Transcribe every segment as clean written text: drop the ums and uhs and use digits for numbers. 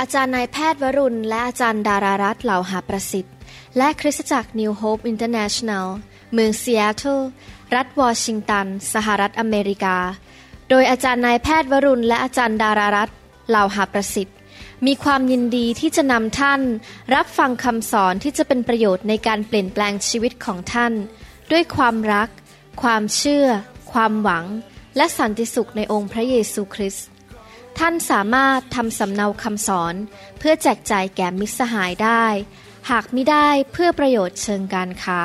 อาจารย์นายแพทย์วรุณและอาจารย์ดารารัตน์เหล่าหาประสิทธิ์และคริสตจักร New Hope International เมืองซีแอตเทิลรัฐวอชิงตันสหรัฐอเมริกาโดยอาจารย์นายแพทย์วรุณและอาจารย์ดารารัตน์เหล่าหาประสิทธิ์มีความยินดีที่จะนำท่านรับฟังคำสอนที่จะเป็นประโยชน์ในการเปลี่ยนแปลงชีวิตของท่านด้วยความรักความเชื่อความหวังและสันติสุขในองค์พระเยซูคริสต์ท่านสามารถทำสำเนาคำสอนเพื่อแจกจ่ายแก่มิตรสหายได้หากมิได้เพื่อประโยชน์เชิงการค้า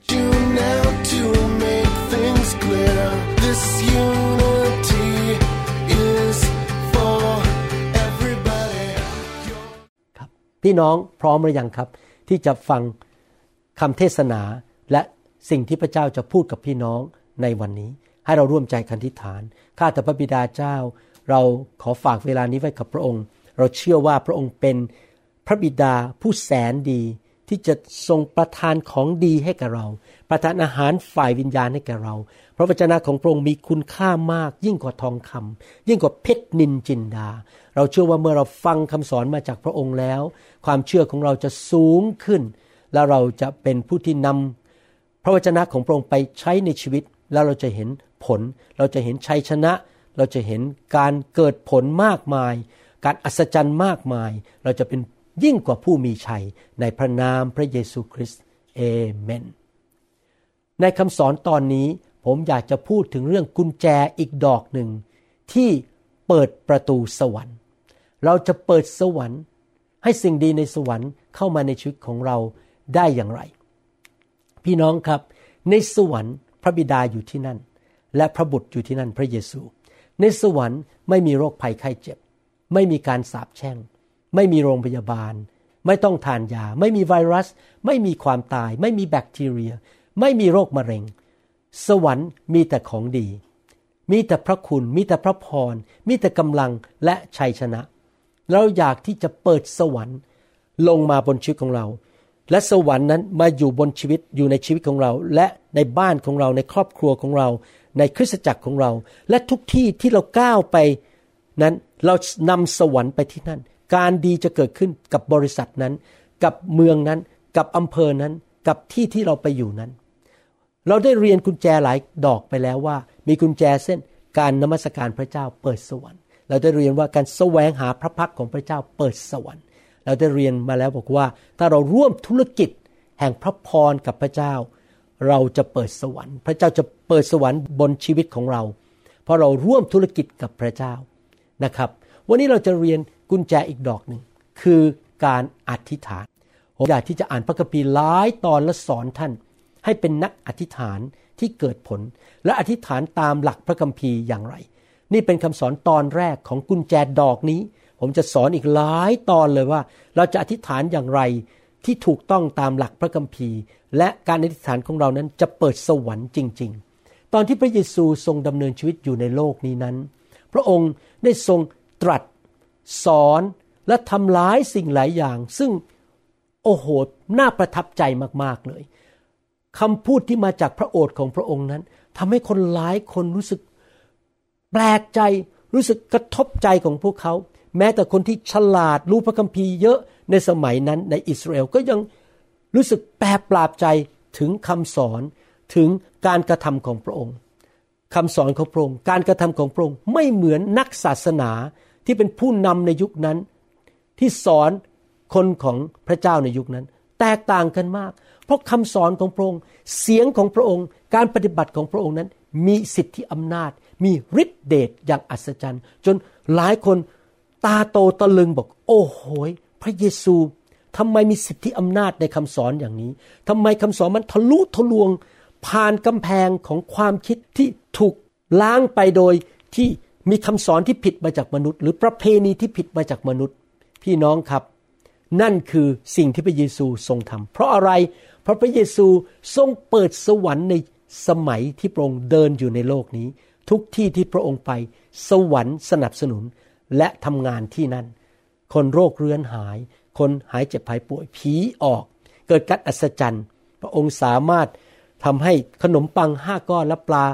ครับพี่น้องพร้อมหรือยังครับที่จะฟังคำเทศนาและสิ่งที่พระเจ้าจะพูดกับพี่น้องในวันนี้ให้เราร่วมใจกันอธิษฐานข้าแต่พระบิดาเจ้าเราขอฝากเวลานี้ไว้กับพระองค์เราเชื่อว่าพระองค์เป็นพระบิดาผู้แสนดีที่จะทรงประทานของดีให้แก่เราประทานอาหารฝ่ายวิญญาณให้แก่เราพระวจนะของพระองค์มีคุณค่ามากยิ่งกว่าทองคำยิ่งกว่าเพชรนิลจินดาเราเชื่อว่าเมื่อเราฟังคำสอนมาจากพระองค์แล้วความเชื่อของเราจะสูงขึ้นและเราจะเป็นผู้ที่นำพระวจนะของพระองค์ไปใช้ในชีวิตแล้วเราจะเห็นผลเราจะเห็นชัยชนะเราจะเห็นการเกิดผลมากมายการอัศจรรย์มากมายเราจะเป็นยิ่งกว่าผู้มีชัยในพระนามพระเยซูคริสต์เอเมนในคำสอนตอนนี้ผมอยากจะพูดถึงเรื่องกุญแจอีกดอกหนึ่งที่เปิดประตูสวรรค์เราจะเปิดสวรรค์ให้สิ่งดีในสวรรค์เข้ามาในชีวิตของเราได้อย่างไรพี่น้องครับในสวรรค์พระบิดาอยู่ที่นั่นและพระบุตรอยู่ที่นั่นพระเยซูในสวรรค์ไม่มีโรคภัยไข้เจ็บไม่มีการสาปแช่งไม่มีโรงพยาบาลไม่ต้องทานยาไม่มีไวรัสไม่มีความตายไม่มีแบคทีเรียไม่มีโรคมะเร็งสวรรค์มีแต่ของดีมีแต่พระคุณมีแต่พระพรมีแต่กำลังและชัยชนะเราอยากที่จะเปิดสวรรค์ลงมาบนชีวิตของเราและสวรรค์นั้นมาอยู่บนชีวิตอยู่ในชีวิตของเราและในบ้านของเราในครอบครัวของเราในคริสตจักรของเราและทุกที่ที่เราก้าวไปนั้นเรานำสวรรค์ไปที่นั่นการดีจะเกิดขึ้นกับบริษัทนั้นกับเมืองนั้นกับอำเภอนั้นกับที่ที่เราไปอยู่นั้นเราได้เรียนกุญแจหลายดอกไปแล้วว่ามีกุญแจเช่นการนมัสการพระเจ้าเปิดสวรรค์เราได้เรียนว่าการแสวงหาพระพักของพระเจ้าเปิดสวรรค์เราได้เรียนมาแล้วบอกว่าถ้าเราร่วมธุรกิจแห่งพระพรกับพระเจ้าเราจะเปิดสวรรค์พระเจ้าจะเปิดสวรรค์บนชีวิตของเราเพราะเราร่วมธุรกิจกับพระเจ้านะครับวันนี้เราจะเรียนกุญแจอีกดอกหนึ่งคือการอธิษฐานผมอยากที่จะอ่านพระคัมภีร์หลายตอนและสอนท่านให้เป็นนักอธิษฐานที่เกิดผลและอธิษฐานตามหลักพระคัมภีร์อย่างไรนี่เป็นคำสอนตอนแรกของกุญแจดอกนี้ผมจะสอนอีกหลายตอนเลยว่าเราจะอธิษฐานอย่างไรที่ถูกต้องตามหลักพระคัมภีร์และการอธิษฐานของเรานั้นจะเปิดสวรรค์จริงๆตอนที่พระเยซูทรงดำเนินชีวิตอยู่ในโลกนี้นั้นพระองค์ได้ทรงตรัสสอนและทำหลายสิ่งหลายอย่างซึ่งโอ้โหน่าประทับใจมากๆเลยคำพูดที่มาจากพระโอษฐ์ของพระองค์นั้นทำให้คนหลายคนรู้สึกแปลกใจรู้สึกกระทบใจของพวกเขาแม้แต่คนที่ฉลาดรู้พระคัมภีร์เยอะในสมัยนั้นในอิสราเอลก็ยังรู้สึกแปลกประหลาดใจถึงคำสอนถึงการกระทำของพระองค์คำสอนของพระองค์การกระทำของพระองค์ไม่เหมือนนักศาสนาที่เป็นผู้นำในยุคนั้นที่สอนคนของพระเจ้าในยุคนั้นแตกต่างกันมากเพราะคำสอนของพระองค์เสียงของพระองค์การปฏิบัติของพระองค์นั้นมีสิทธิอำนาจมีฤทธิเดชอย่างอัศจรรย์จนหลายคนตาโตตะลึงบอกโอ้โหพระเยซูทำไมมีสิทธิอำนาจในคำสอนอย่างนี้ทำไมคำสอนมันทะลุทะลวงผ่านกำแพงของความคิดที่ถูกล้างไปโดยที่มีคำสอนที่ผิดมาจากมนุษย์หรือประเพณีที่ผิดมาจากมนุษย์พี่น้องครับนั่นคือสิ่งที่พระเยซูทรงทำเพราะอะไรเพราะพระเยซูทรงเปิดสวรรค์ในสมัยที่พระองค์เดินอยู่ในโลกนี้ทุกที่ที่พระองค์ไปสวรรค์สนับสนุนและทำงานที่นั่นคนโรคเรื้อนหายคนหายเจ็บหายป่วยผีออกเกิดการอัศจรรย์พระองค์สามารถทำให้ขนมปัง5ก้อนและปลา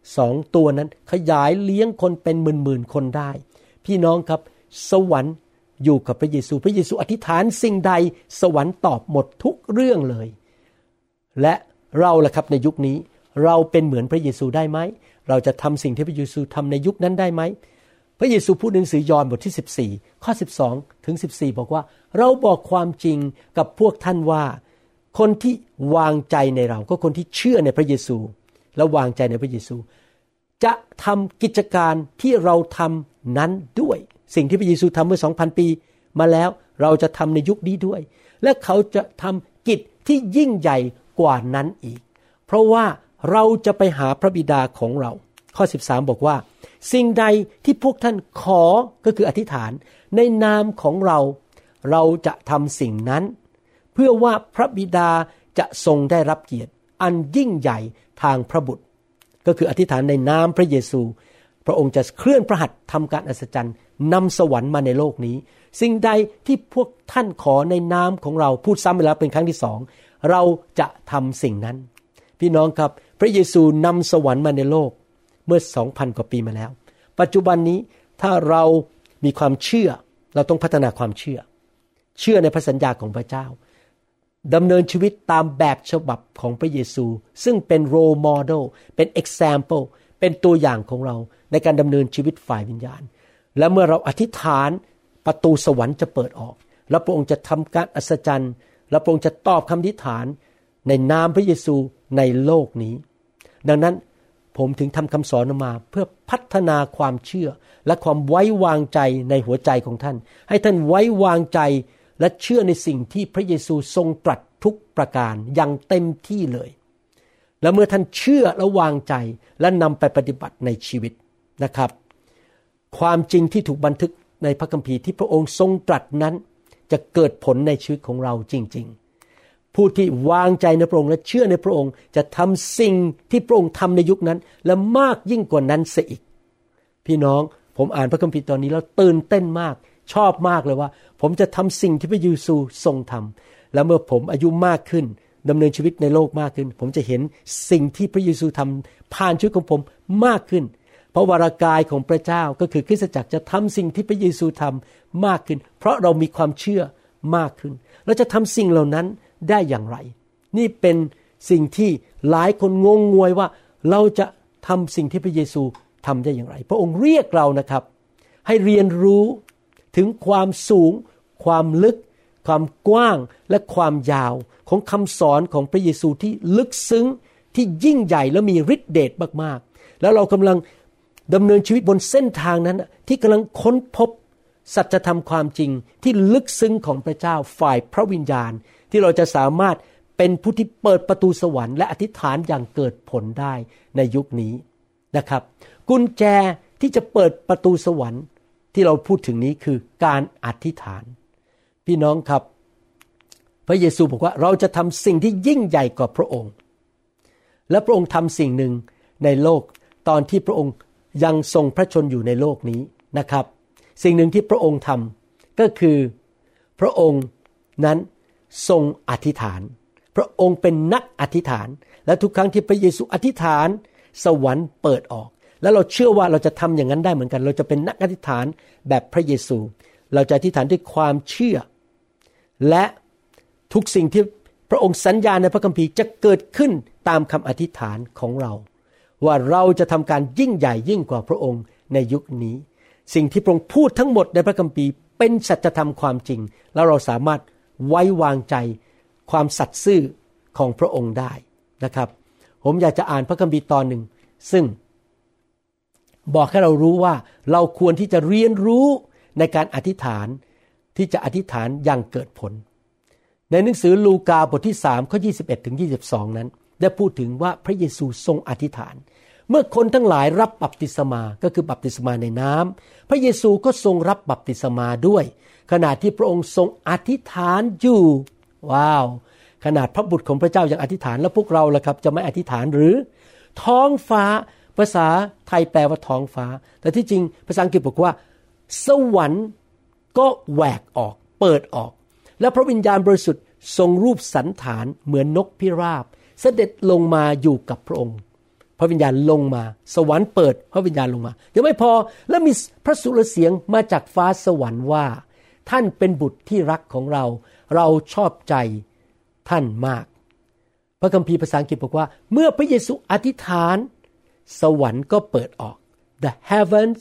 2ตัวนั้นขยายเลี้ยงคนเป็นหมื่นๆคนได้พี่น้องครับสวรรค์อยู่กับพระเยซูพระเยซูอธิษฐานสิ่งใดสวรรค์ตอบหมดทุกเรื่องเลยและเราล่ะครับในยุคนี้เราเป็นเหมือนพระเยซูได้ไหมเราจะทำสิ่งที่พระเยซูทำในยุคนั้นได้ไหมพระเยซูพูดในหนังสือยอห์นบทที่14ข้อ12ถึง14บอกว่าเราบอกความจริงกับพวกท่านว่าคนที่วางใจในเราก็คนที่เชื่อในพระเยซูและวางใจในพระเยซูจะทำกิจการที่เราทำนั้นด้วยสิ่งที่พระเยซูทำเมื่อ 2,000 ปีมาแล้วเราจะทำในยุคนี้ด้วยและเขาจะทำกิจที่ยิ่งใหญ่กว่านั้นอีกเพราะว่าเราจะไปหาพระบิดาของเราข้อ13บอกว่าสิ่งใดที่พวกท่านขอก็คืออธิษฐานในนามของเราเราจะทำสิ่งนั้นเพื่อว่าพระบิดาจะทรงได้รับเกียรติอันยิ่งใหญ่ทางพระบุตรก็คืออธิษฐานในนามพระเยซูพระองค์จะเคลื่อนพระหัตถ์ทำการอัศจรรย์นำสวรรค์มาในโลกนี้สิ่งใดที่พวกท่านขอในนามของเราพูดซ้ำไปแล้วเป็นครั้งที่2เราจะทำสิ่งนั้นพี่น้องครับพระเยซูนำสวรรค์มาในโลกเมื่อ 2,000 กว่าปีมาแล้วปัจจุบันนี้ถ้าเรามีความเชื่อเราต้องพัฒนาความเชื่อในพระสัญญาของพระเจ้าดำเนินชีวิตตามแบบฉบับของพระเยซูซึ่งเป็น role model เป็น example เป็นตัวอย่างของเราในการดำเนินชีวิตฝ่ายวิญญาณและเมื่อเราอธิษฐานประตูสวรรค์จะเปิดออกและพระองค์จะทำการอัศจรรย์และพระองค์จะตอบคำอธิษฐานในนามพระเยซูในโลกนี้ดังนั้นผมถึงทำคำสอนออกมาเพื่อพัฒนาความเชื่อและความไว้วางใจในหัวใจของท่านให้ท่านไว้วางใจและเชื่อในสิ่งที่พระเยซูทรงตรัสทุกประการอย่างเต็มที่เลยและเมื่อท่านเชื่อและวางใจและนำไปปฏิบัติในชีวิตนะครับความจริงที่ถูกบันทึกในพระคัมภีร์ที่พระองค์ทรงตรัสนั้นจะเกิดผลในชีวิตของเราจริงๆผู้ที่วางใจในพระองค์และเชื่อในพระองค์จะทำสิ่งที่พระองค์ทำในยุคนั้นและมากยิ่งกว่านั้นเสียอีกพี่น้องผมอ่านพระคัมภีร์ตอนนี้แล้วตื่นเต้นมากชอบมากเลยว่าผมจะทำสิ่งที่พระเยซูทรงทำและเมื่อผมอายุมากขึ้นดำเนินชีวิตในโลกมากขึ้นผมจะเห็นสิ่งที่พระเยซูทำผ่านชีวิตของผมมากขึ้นเพราะวรากายของพระเจ้าก็คือคริสตจักรจะทำสิ่งที่พระเยซูทำมากขึ้นเพราะเรามีความเชื่อมากขึ้นเราจะทำสิ่งเหล่านั้นได้อย่างไรนี่เป็นสิ่งที่หลายคนงงงวยว่าเราจะทำสิ่งที่พระเยซูทำได้อย่างไรพระองค์เรียกเรานะครับให้เรียนรู้ถึงความสูงความลึกความกว้างและความยาวของคำสอนของพระเยซูที่ลึกซึ้งที่ยิ่งใหญ่และมีฤทธิ์เดชมากๆแล้วเรากำลังดำเนินชีวิตบนเส้นทางนั้นที่กำลังค้นพบสัจธรรมความจริงที่ลึกซึ้งของพระเจ้าฝ่ายพระวิญญาณที่เราจะสามารถเป็นผู้ที่เปิดประตูสวรรค์และอธิษฐานอย่างเกิดผลได้ในยุคนี้นะครับกุญแจที่จะเปิดประตูสวรรค์ที่เราพูดถึงนี้คือการอธิษฐานพี่น้องครับพระเยซูบอกว่าเราจะทำสิ่งที่ยิ่งใหญ่กว่าพระองค์และพระองค์ทำสิ่งหนึ่งในโลกตอนที่พระองค์ยังทรงพระชนอยู่ในโลกนี้นะครับสิ่งหนึ่งที่พระองค์ทำก็คือพระองค์นั้นทรงอธิษฐานพระองค์เป็นนักอธิษฐานและทุกครั้งที่พระเยซูอธิษฐานสวรรค์เปิดออกแล้วเราเชื่อว่าเราจะทำอย่างนั้นได้เหมือนกันเราจะเป็นนักอธิษฐานแบบพระเยซูเราจะอธิษฐานด้วยความเชื่อและทุกสิ่งที่พระองค์สัญญาในพระคัมภีร์จะเกิดขึ้นตามคำอธิษฐานของเราว่าเราจะทำการยิ่งใหญ่ยิ่งกว่าพระองค์ในยุคนี้สิ่งที่พระองค์พูดทั้งหมดในพระคัมภีร์เป็นสัจธรรมความจริงแล้วเราสามารถไว้วางใจความสัตย์ซื่อของพระองค์ได้นะครับผมอยากจะอ่านพระคัมภีร์ตอนหนึ่งซึ่งบอกให้เรารู้ว่าเราควรที่จะเรียนรู้ในการอธิษฐานที่จะอธิษฐานอย่างเกิดผลในหนังสือลูกาบทที่3ข้อ21ถึง22นั้นได้พูดถึงว่าพระเยซูทรงอธิษฐานเมื่อคนทั้งหลายรับบัพติศมาก็คือบัพติศมาในน้ำพระเยซูก็ทรงรับบัพติศมาด้วยขณะที่พระองค์ทรงอธิษฐานอยู่ว้าวขนาดพระบุตรของพระเจ้ายังอธิษฐานแล้วพวกเราล่ะครับจะไม่อธิษฐานหรือท้องฟ้าภาษาไทยแปลว่าท้องฟ้าแต่ที่จริงภาษาอังกฤษบอกว่าสวรรค์ก็แหวกออกเปิดออกและพระวิญญาณบริสุทธิ์ทรงรูปสันฐานเหมือนนกพิราบเสด็จลงมาอยู่กับพระองค์พระวิญญาณลงมาสวรรค์เปิดพระวิญญาณลงมายังไม่พอแล้วมีพระสุรเสียงมาจากฟ้าสวรรค์ว่าท่านเป็นบุตรที่รักของเราเราชอบใจท่านมากพระคัมภีร์ภาษาอังกฤษบอกว่าเมื่อพระเยซูอธิษฐานสวรรค์ก็เปิดออก The heavens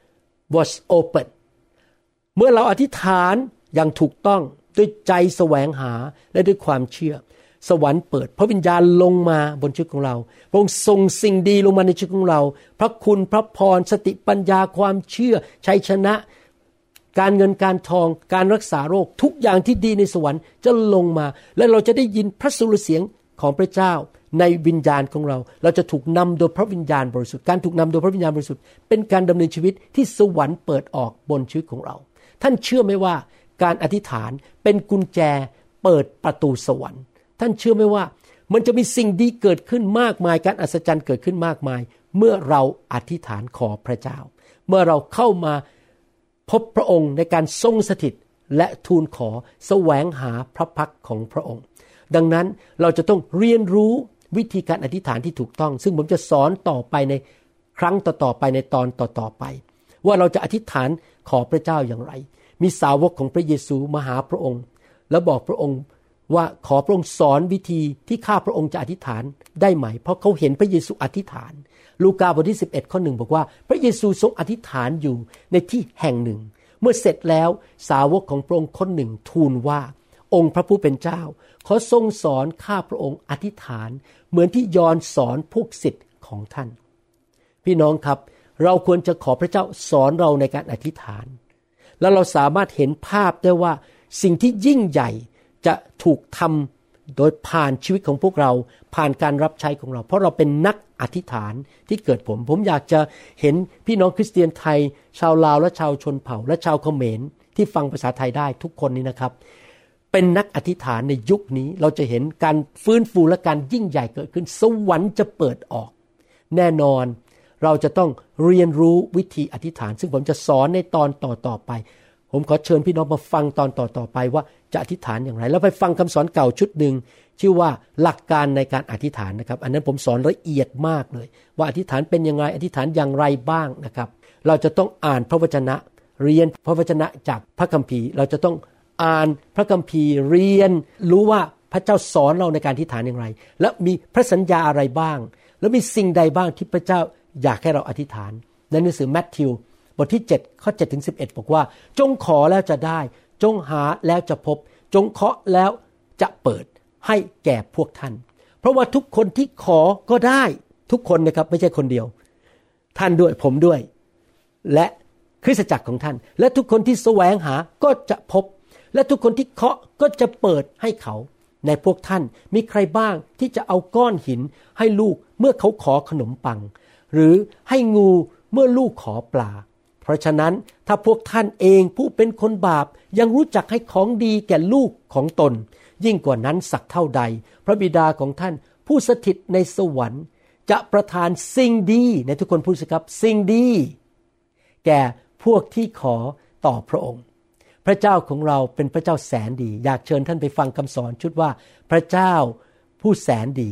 was open เมื่อเราอธิษฐานอย่างถูกต้องด้วยใจแสวงหาและด้วยความเชื่อสวรรค์เปิดพระวิญญาณลงมาบนชีวิตของเราพระองค์ส่งสิ่งดีลงมาในชีวิตของเราพระคุณพระพรสติปัญญาความเชื่อชัยชนะการเงินการทองการรักษาโรคทุกอย่างที่ดีในสวรรค์จะลงมาและเราจะได้ยินพระสุรเสียงของพระเจ้าในวิญญาณของเราเราจะถูกนำโดยพระวิญญาณบริสุทธิ์การถูกนำโดยพระวิญญาณบริสุทธิ์เป็นการดำเนินชีวิตที่สวรรค์เปิดออกบนชีวิตของเราท่านเชื่อไหมว่าการอธิษฐานเป็นกุญแจเปิดประตูสวรรค์ท่านเชื่อไหมว่ามันจะมีสิ่งดีเกิดขึ้นมากมายการอัศจรรย์เกิดขึ้นมากมายเมื่อเราอธิษฐานขอพระเจ้าเมื่อเราเข้ามาพบพระองค์ในการทรงสถิตและทูลขอแสวงหาพระพักของพระองค์ดังนั้นเราจะต้องเรียนรู้วิธีการอธิษฐานที่ถูกต้องซึ่งผมจะสอนต่อไปในครั้งต่อๆไปในตอนต่อๆไปว่าเราจะอธิษฐานขอพระเจ้าอย่างไรมีสาวกของพระเยซูมาหาพระองค์แล้วบอกพระองค์ว่าขอพระองค์สอนวิธีที่ข้าพระองค์จะอธิษฐานได้ไหมเพราะเขาเห็นพระเยซูอธิษฐานลูกาบทที่11ข้อ1บอกว่าพระเยซูทรงอธิษฐานอยู่ในที่แห่งหนึ่งเมื่อเสร็จแล้วสาวกของพระองค์คนหนึ่งทูลว่าองค์พระผู้เป็นเจ้าขอทรงสอนข้าพระองค์อธิษฐานเหมือนที่ยอห์นสอนพวกศิษย์ของท่านพี่น้องครับเราควรจะขอพระเจ้าสอนเราในการอธิษฐานแล้วเราสามารถเห็นภาพได้ว่าสิ่งที่ยิ่งใหญ่จะถูกทำโดยผ่านชีวิตของพวกเราผ่านการรับใช้ของเราเพราะเราเป็นนักอธิษฐานที่เกิดผมอยากจะเห็นพี่น้องคริสเตียนไทยชาวลาวและชาวชนเผ่าและชาวเขมรที่ฟังภาษาไทยได้ทุกคนนี้นะครับเป็นนักอธิษฐานในยุคนี้เราจะเห็นการฟื้นฟูและการยิ่งใหญ่เกิดขึ้นสวรรค์จะเปิดออกแน่นอนเราจะต้องเรียนรู้วิธีอธิษฐานซึ่งผมจะสอนในตอนต่อไปผมขอเชิญพี่น้องมาฟังตอนต่อไปว่าจะอธิษฐานอย่างไรแล้วไปฟังคำสอนเก่าชุดหนึ่งชื่อว่าหลักการในการอธิษฐานนะครับอันนั้นผมสอนละเอียดมากเลยว่าอธิษฐานเป็นยังไงอธิษฐานอย่างไรบ้างนะครับเราจะต้องอ่านพระวจนะเรียนพระวจนะจากพระคัมภีร์เราจะต้องอ่านพระคัมภีร์เรียนรู้ว่าพระเจ้าสอนเราในการอธิษฐานอย่างไรและมีพระสัญญาอะไรบ้างแล้วมีสิ่งใดบ้างที่พระเจ้าอยากให้เราอธิษฐานในหนังสือมัทธิวบทที่7ข้อ7ถึง11บอกว่าจงขอแล้วจะได้จงหาแล้วจะพบจงเคาะแล้วจะเปิดให้แก่พวกท่านเพราะว่าทุกคนที่ขอก็ได้ทุกคนนะครับไม่ใช่คนเดียวท่านด้วยผมด้วยและคริสตจักรของท่านและทุกคนที่แสวงหาก็จะพบและทุกคนที่เคาะก็จะเปิดให้เขาในพวกท่านมีใครบ้างที่จะเอาก้อนหินให้ลูกเมื่อเขาขอขนมปังหรือให้งูเมื่อลูกขอปลาเพราะฉะนั้นถ้าพวกท่านเองผู้เป็นคนบาปยังรู้จักให้ของดีแก่ลูกของตนยิ่งกว่านั้นสักเท่าใดพระบิดาของท่านผู้สถิตในสวรรค์จะประทานสิ่งดีในทุกคนพูดสิครับสิ่งดีแก่พวกที่ขอต่อพระองค์พระเจ้าของเราเป็นพระเจ้าแสนดีอยากเชิญท่านไปฟังคำสอนชุดว่าพระเจ้าผู้แสนดี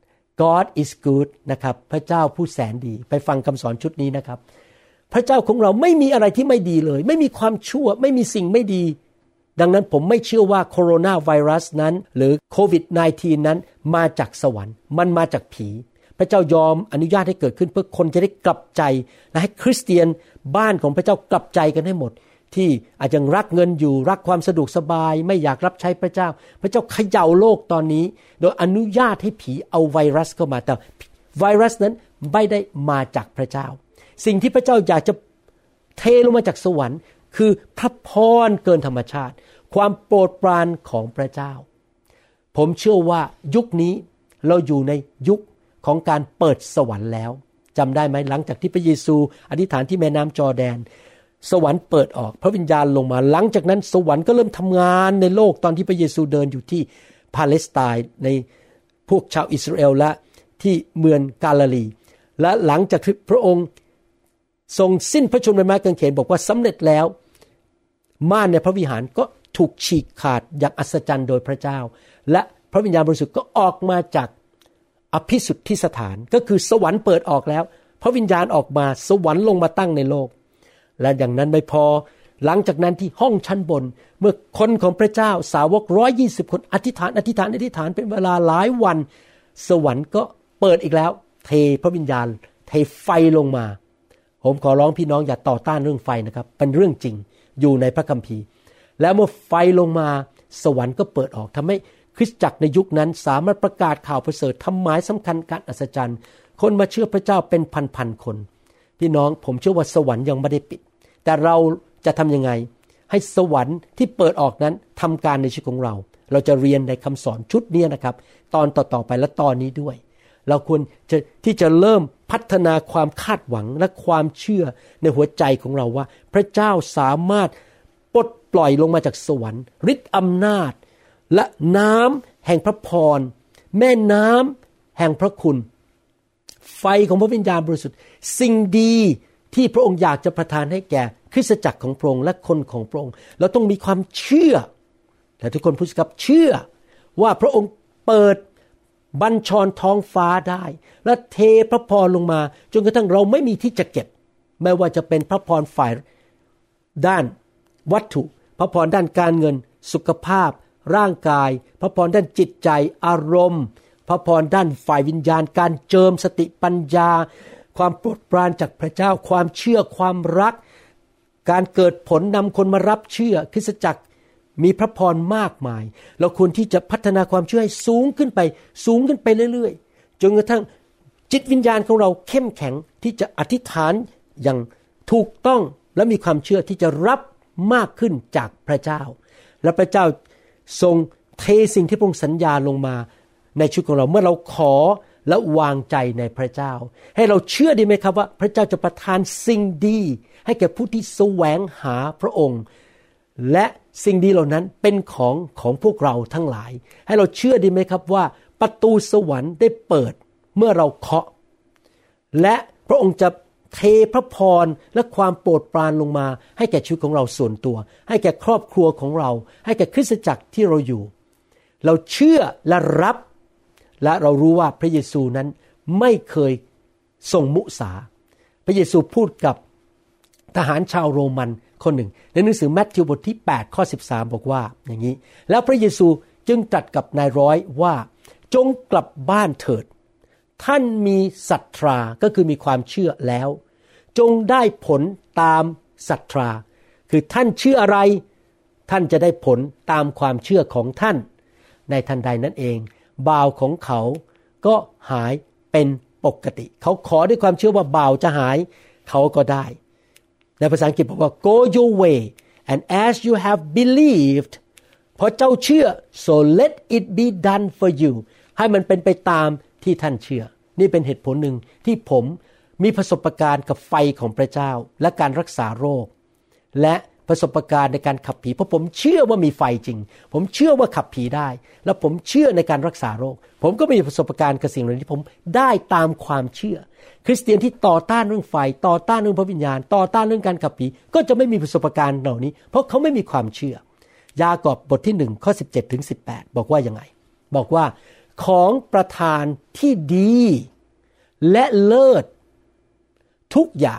God is good นะครับพระเจ้าผู้แสนดีไปฟังคำสอนชุดนี้นะครับพระเจ้าของเราไม่มีอะไรที่ไม่ดีเลยไม่มีความชั่วไม่มีสิ่งไม่ดีดังนั้นผมไม่เชื่อว่าโคโรนาไวรัสนั้นหรือโควิด -19 นั้นมาจากสวรรค์มันมาจากผีพระเจ้ายอมอนุญาตให้เกิดขึ้นเพื่อคนจะได้กลับใจและให้คริสเตียนบ้านของพระเจ้ากลับใจกันให้หมดที่อาจจะรักเงินอยู่รักความสะดวกสบายไม่อยากรับใช้พระเจ้าพระเจ้าเขย่าโลกตอนนี้โดยอนุญาตให้ผีเอาไวรัสเข้ามาแต่ไวรัสนั้นไม่ได้มาจากพระเจ้าสิ่งที่พระเจ้าอยากจะเทลงมาจากสวรรค์คือพระพรเกินธรรมชาติความโปรดปรานของพระเจ้าผมเชื่อว่ายุคนี้เราอยู่ในยุคของการเปิดสวรรค์แล้วจำได้ไหมหลังจากที่พระเยซูอธิษฐานที่แม่น้ำจอร์แดนสวรรค์เปิดออกพระวิญญาณลงมาหลังจากนั้นสวรรค์ก็เริ่มทำงานในโลกตอนที่พระเยซูเดินอยู่ที่ปาเลสไตน์ในพวกชาวอิสราเอลและที่เมืองกาลิลีและหลังจากที่พระองค์ทรงสิ้นพระชนม์บนไม้กางเขนบอกว่าสำเร็จแล้วม่านในพระวิหารก็ถูกฉีกขาดอย่างอัศจรรย์โดยพระเจ้าและพระวิญญาณบริสุทธิ์ก็ออกมาจากอภิสุทธิสถานก็คือสวรรค์เปิดออกแล้วพระวิญญาณออกมาสวรรค์ลงมาตั้งในโลกและอย่างนั้นไม่พอหลังจากนั้นที่ห้องชั้นบนเมื่อคนของพระเจ้าสาวก120คนอธิษฐานเป็นเวลาหลายวันสวรรค์ก็เปิดอีกแล้วเทพระวิญญาณเทไฟลงมาผมขอร้องพี่น้องอย่าต่อต้านเรื่องไฟนะครับเป็นเรื่องจริงอยู่ในพระคัมภีร์แล้วเมื่อไฟลงมาสวรรค์ก็เปิดออกทำให้คริสตจักรในยุคนั้นสามารถประกาศข่าวประเสริฐทำหมายสำคัญการอัศจรรย์คนมาเชื่อพระเจ้าเป็นพันๆคนพี่น้องผมเชื่อว่าสวรรค์ยังไม่ได้ปิดแต่เราจะทำยังไงให้สวรรค์ที่เปิดออกนั้นทำการในชีวิตของเราจะเรียนในคำสอนชุดนี้นะครับตอนต่อๆไปและตอนนี้ด้วยเราควรที่จะเริ่มพัฒนาความคาดหวังและความเชื่อในหัวใจของเราว่าพระเจ้าสามารถปลดปล่อยลงมาจากสวรรค์ฤทธิ์อำนาจและน้ำแห่งพระพรแม่น้ำแห่งพระคุณไฟของพระวิญญาณบริสุทธิ์สิ่งดีที่พระองค์อยากจะประทานให้แก่คริสตจักรของพระองค์และคนของพระองค์เราต้องมีความเชื่อและทุกคนพูดกับเชื่อว่าพระองค์เปิดบัญชรท้องฟ้าได้และเทพระพรลงมาจนกระทั่งเราไม่มีที่จะเก็บไม่ว่าจะเป็นพระพรฝ่ายด้านวัตถุพระพรด้านการเงินสุขภาพร่างกายพระพรด้านจิตใจอารมณ์พระพรด้านฝ่ายวิญญาณการเจิมสติปัญญาความโปรดปรานจากพระเจ้าความเชื่อความรักการเกิดผลนำคนมารับเชื่อคริสตจักรมีพระพรมากมายเราควรที่จะพัฒนาความเชื่อให้สูงขึ้นไปเรื่อยๆจนกระทั่งจิตวิญญาณของเราเข้มแข็งที่จะอธิษฐานอย่างถูกต้องและมีความเชื่อที่จะรับมากขึ้นจากพระเจ้าและพระเจ้าทรงเทสิ่งที่พระองค์สัญญาลงมาในชีวิตของเราเมื่อเราขอและวางใจในพระเจ้าให้เราเชื่อดีไหมครับว่าพระเจ้าจะประทานสิ่งดีให้แก่ผู้ที่แสวงหาพระองค์และสิ่งดีเหล่านั้นเป็นของพวกเราทั้งหลายให้เราเชื่อดีไหมครับว่าประตูสวรรค์ได้เปิดเมื่อเราเคาะและพระองค์จะเทพระพรและความโปรดปรานลงมาให้แก่ชีวิตของเราส่วนตัวให้แก่ครอบครัวของเราให้แก่คริสตจักรที่เราอยู่เราเชื่อและรับและเรารู้ว่าพระเยซูนั้นไม่เคยทรงมุสาพระเยซูพูดกับทหารชาวโรมันคนหนึ่งในหนังสือมัทธิวบทที่8ข้อ13บอกว่าอย่างนี้แล้วพระเยซูจึงตรัสกับนายร้อยว่าจงกลับบ้านเถิดท่านมีศรัทธาก็คือมีความเชื่อแล้วจงได้ผลตามศรัทธาคือท่านเชื่ออะไรท่านจะได้ผลตามความเชื่อของท่านในทันใดนั้นเองบ่าวของเขาก็หายเป็นปกติเขาขอด้วยความเชื่อว่าบ่าวจะหายเขาก็ได้ในภาษาอังกฤษบอกว่า go your way and as you have believed เพราะเจ้าเชื่อ so let it be done for you ให้มันเป็นไปตามที่ท่านเชื่อนี่เป็นเหตุผลหนึ่งที่ผมมีประสบการณ์กับไฟของพระเจ้าและการรักษาโรคและประสบการณ์ในการขับผีเพราะผมเชื่อว่ามีไฟจริงผมเชื่อว่าขับผีได้และผมเชื่อในการรักษาโรคผมก็มีประสบการณ์กับสิ่งเหล่านี้ผมได้ตามความเชื่อคริสเตียนที่ต่อต้านเรื่องไฟต่อต้านเรื่องพระวิญญาณต่อต้านเรื่องการขับผีก็จะไม่มีประสบการณ์เหล่านี้เพราะเขาไม่มีความเชื่อยากอบบทที่1ข้อ17ถึง18บอกว่ายังไงบอกว่าของประทานที่ดีและเลิศทุกอย่าง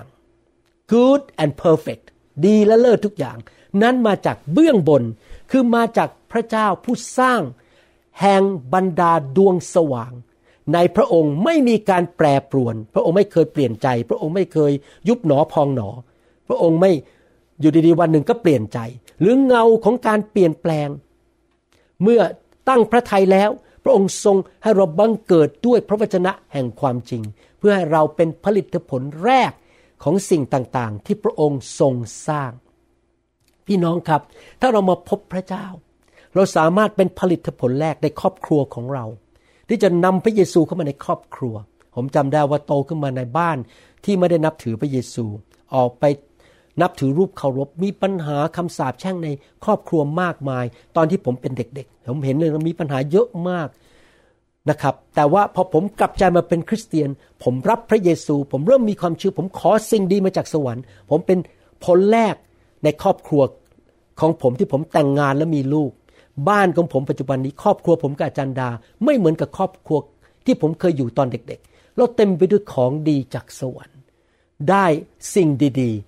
good and perfect ดีและเลิศทุกอย่างนั้นมาจากเบื้องบนคือมาจากพระเจ้าผู้สร้างแห่งบรรดาดวงสว่างในพระองค์ไม่มีการแปรปรวนพระองค์ไม่เคยเปลี่ยนใจพระองค์ไม่เคยยุบหนอพองหนอพระองค์ไม่อยู่ดีๆวันหนึ่งก็เปลี่ยนใจหรือเงาของการเปลี่ยนแปลงเมื่อตั้งพระทัยแล้วพระองค์ทรงให้เราบังเกิดด้วยพระวจนะแห่งความจริงเพื่อให้เราเป็นผลิตผลแรกของสิ่งต่างๆที่พระองค์ทรงสร้างพี่น้องครับถ้าเรามาพบพระเจ้าเราสามารถเป็นผลิตผลแรกในครอบครัวของเราที่จะนำพระเยซูเข้ามาในครอบครัวผมจำได้ว่าโตขึ้นมาในบ้านที่ไม่ได้นับถือพระเยซูออกไปนับถือรูปเคารพมีปัญหาคำสาปแช่งในครอบครัวมากมายตอนที่ผมเป็นเด็กๆผมเห็นเลยมีปัญหาเยอะมากนะครับแต่ว่าพอผมกลับใจมาเป็นคริสเตียนผมรับพระเยซูผมเริ่มมีความเชื่อผมขอสิ่งดีมาจากสวรรค์ผมเป็นผลแรกในครอบครัวของผมที่ผมแต่งงานและมีลูกบ้านของผมปัจจุบันนี้ครอบครัวผมกับอาจารย์ดาไม่เหมือนกับครอบครัวที่ผมเคยอยู่ตอนเด็กๆเราเต็มไปด้วยของดีจากสวรรค์ได้สิ่งดี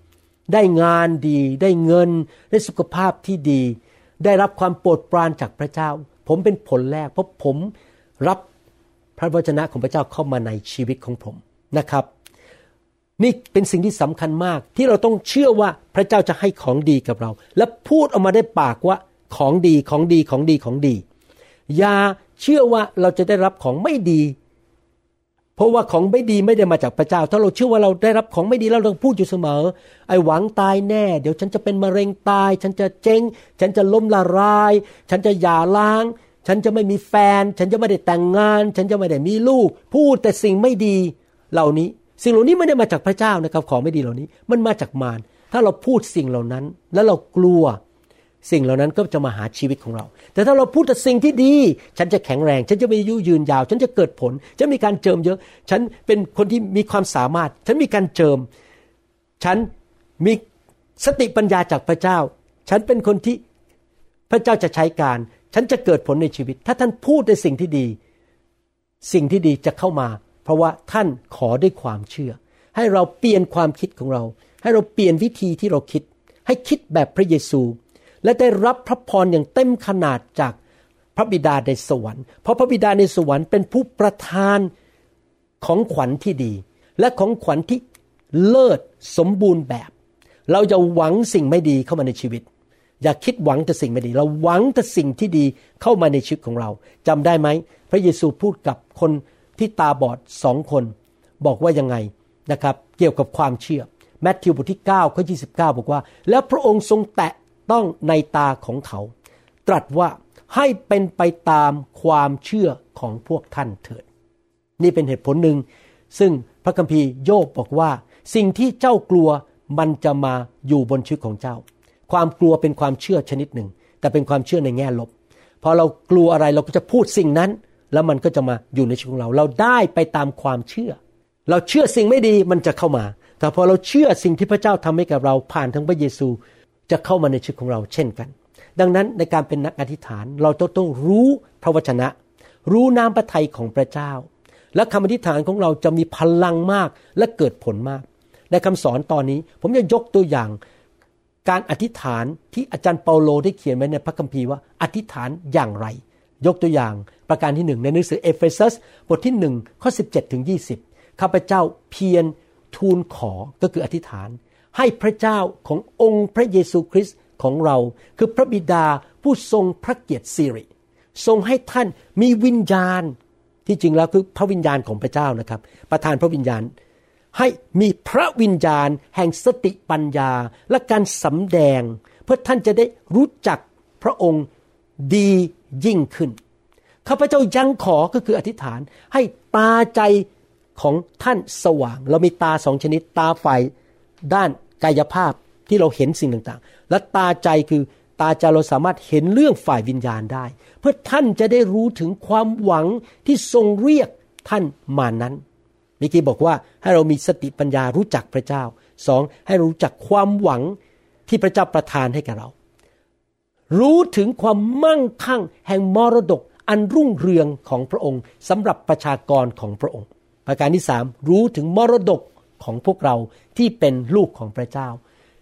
ได้งานดีได้เงินได้สุขภาพที่ดีได้รับความโปรดปรานจากพระเจ้าผมเป็นผลแรกเพราะผมรับพระวจนะของพระเจ้าเข้ามาในชีวิตของผมนะครับนี่เป็นสิ่งที่สำคัญมากที่เราต้องเชื่อว่าพระเจ้าจะให้ของดีกับเราและพูดออกมาได้ปากว่าของดีของดีของดีของดีอย่าเชื่อว่าเราจะได้รับของไม่ดีเพราะว่าของไม่ดีไม่ได้มาจากพระเจ้าถ้าเราเชื่อว่าเราได้รับของไม่ดีแล้วเราพูดอยู่เสมอไอ้หวังตายแน่เดี๋ยวฉันจะเป็นมะเร็งตายฉันจะเจ๊งฉันจะล้มละลายฉันจะหย่าร้างฉันจะไม่มีแฟนฉันจะไม่ได้แต่งงานฉันจะไม่ได้มีลูกพูดแต่สิ่งไม่ดีเหล่านี้สิ่งเหล่านี้ไม่ได้มาจากพระเจ้านะครับของไม่ดีเหล่านี้มันมาจากมารถ้าเราพูดสิ่งเหล่านั้นแล้วเรากลัวสิ่งเหล่านั้นก็จะมาหาชีวิตของเราแต่ถ้าเราพูดแต่สิ่งที่ดีฉันจะแข็งแรงฉันจะมีอายุยืนยาวฉันจะเกิดผลฉันมีการเจิมเยอะฉันเป็นคนที่มีความสามารถฉันมีการเจิมฉันมีสติปัญญาจากพระเจ้าฉันเป็นคนที่พระเจ้าจะใช้การฉันจะเกิดผลในชีวิตถ้าท่านพูดในสิ่งที่ดีสิ่งที่ดีจะเข้ามาเพราะว่าท่านขอด้วยความเชื่อให้เราเปลี่ยนความคิดของเราให้เราเปลี่ยนวิธีที่เราคิดให้คิดแบบพระเยซูและได้รับพระพรอย่างเต็มขนาดจากพระบิดาในสวรรค์เพราะพระบิดาในสวรรค์เป็นผู้ประทานของขวัญที่ดีและของขวัญที่เลิศสมบูรณ์แบบเราอย่าหวังสิ่งไม่ดีเข้ามาในชีวิตอย่าคิดหวังแต่สิ่งไม่ดีเราหวังแต่สิ่งที่ดีเข้ามาในชีวิตของเราจำได้ไหมพระเยซูพูดกับคนที่ตาบอด2 คนบอกว่ายังไงนะครับเกี่ยวกับความเชื่อมัทธิวบทที่9ข้อ29บอกว่าแล้วพระองค์ทรงแตะต้องในตาของเขาตรัสว่าให้เป็นไปตามความเชื่อของพวกท่านเถิดนี่เป็นเหตุผลหนึ่งซึ่งพระคัมภีร์โยบบอกว่าสิ่งที่เจ้ากลัวมันจะมาอยู่บนชีวิตของเจ้าความกลัวเป็นความเชื่อชนิดหนึ่งแต่เป็นความเชื่อในแง่ลบพอเรากลัวอะไรเราก็จะพูดสิ่งนั้นแล้วมันก็จะมาอยู่ในชีวิตของเราเราได้ไปตามความเชื่อเราเชื่อสิ่งไม่ดีมันจะเข้ามาแต่พอเราเชื่อสิ่งที่พระเจ้าทำให้กับเราผ่านทางพระเยซูจะเข้ามาในชีวิตของเราเช่นกันดังนั้นในการเป็นนักอธิษฐานเราต้องรู้พระวจนะรู้น้ำพระทัยของพระเจ้าและคำอธิษฐานของเราจะมีพลังมากและเกิดผลมากในคำสอนตอนนี้ผมจะยกตัวอย่างการอธิษฐานที่อาจารย์เปาโลได้เขียนไว้ในพระคัมภีร์ว่าอธิษฐานอย่างไรยกตัวอย่างประการที่1ในหนังสือเอเฟซัสบทที่1ข้อ17ถึง20ข้าพเจ้าเพียรทูลขอก็คืออธิษฐานให้พระเจ้าขององค์พระเยซูคริสต์ของเราคือพระบิดาผู้ทรงพระเกียรติสิริทรงให้ท่านมีวิญญาณที่จริงแล้วคือพระวิญญาณของพระเจ้านะครับประทานพระวิญญาณให้มีพระวิญญาณแห่งสติปัญญาและการสำแดงเพื่อท่านจะได้รู้จักพระองค์ดียิ่งขึ้นข้าพเจ้ายังขอก็คืออธิษฐานให้ตาใจของท่านสว่างเรามีตา2ชนิดตาฝ่ายด้านกายภาพที่เราเห็นสิ่งต่างๆและตาใจคือตาใจเราสามารถเห็นเรื่องฝ่ายวิญญาณได้เพื่อท่านจะได้รู้ถึงความหวังที่ทรงเรียกท่านมานั้นเมื่อกี้บอกว่าให้เรามีสติปัญญารู้จักพระเจ้า2ให้รู้จักความหวังที่พระเจ้าประทานให้แก่เรารู้ถึงความมั่งคั่งแห่งมรดกอันรุ่งเรืองของพระองค์สำหรับประชากรของพระองค์ประการที่3รู้ถึงมรดกของพวกเราที่เป็นลูกของพระเจ้า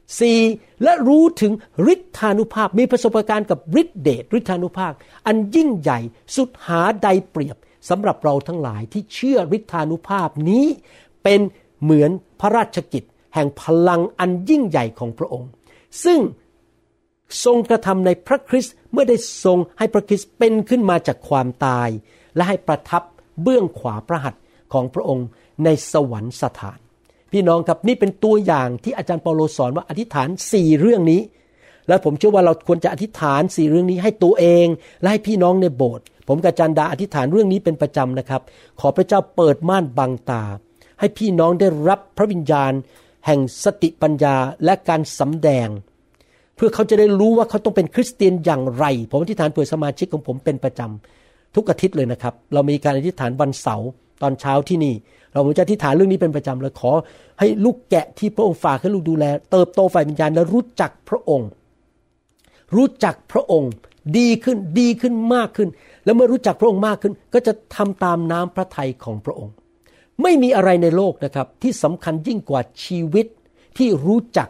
4และรู้ถึงฤทธานุภาพมีประสบการณ์กับฤทธิเดชฤทธานุภาพอันยิ่งใหญ่สุดหาใดเปรียบสำหรับเราทั้งหลายที่เชื่อฤทธานุภาพนี้เป็นเหมือนพระราชกิจแห่งพลังอันยิ่งใหญ่ของพระองค์ซึ่งทรงกระทำในพระคริสต์เมื่อได้ทรงให้พระคริสต์เป็นขึ้นมาจากความตายและให้ประทับเบื้องขวาพระหัตถ์ของพระองค์ในสวรรคสถานพี่น้องครับนี่เป็นตัวอย่างที่อาจารย์เปาโลสอนว่าอธิษฐาน4เรื่องนี้และผมเชื่อว่าเราควรจะอธิษฐาน4เรื่องนี้ให้ตัวเองและให้พี่น้องในโบสถ์ผมกับอาจารย์ดาอธิษฐานเรื่องนี้เป็นประจำนะครับขอพระเจ้าเปิดม่านบังตาให้พี่น้องได้รับพระวิญญาณแห่งสติปัญญาและการสำแดงเพื่อเขาจะได้รู้ว่าเขาต้องเป็นคริสเตียนอย่างไรผมอธิษฐานเผื่อสมาชิกของผมเป็นประจำทุกอาทิตย์เลยนะครับเรามีการอธิษฐานวันเสาร์ตอนเช้าที่นี่เราจะอธิษฐานเรื่องนี้เป็นประจำเลยขอให้ลูกแกะที่พระองค์ฝากให้ลูกดูแลเติบโตฝ่ายวิญญาณและรู้จักพระองค์ดีขึ้นมากขึ้นแล้วเมื่อรู้จักพระองค์มากขึ้นก็จะทำตามน้ำพระทัยของพระองค์ไม่มีอะไรในโลกนะครับที่สำคัญยิ่งกว่าชีวิตที่รู้จัก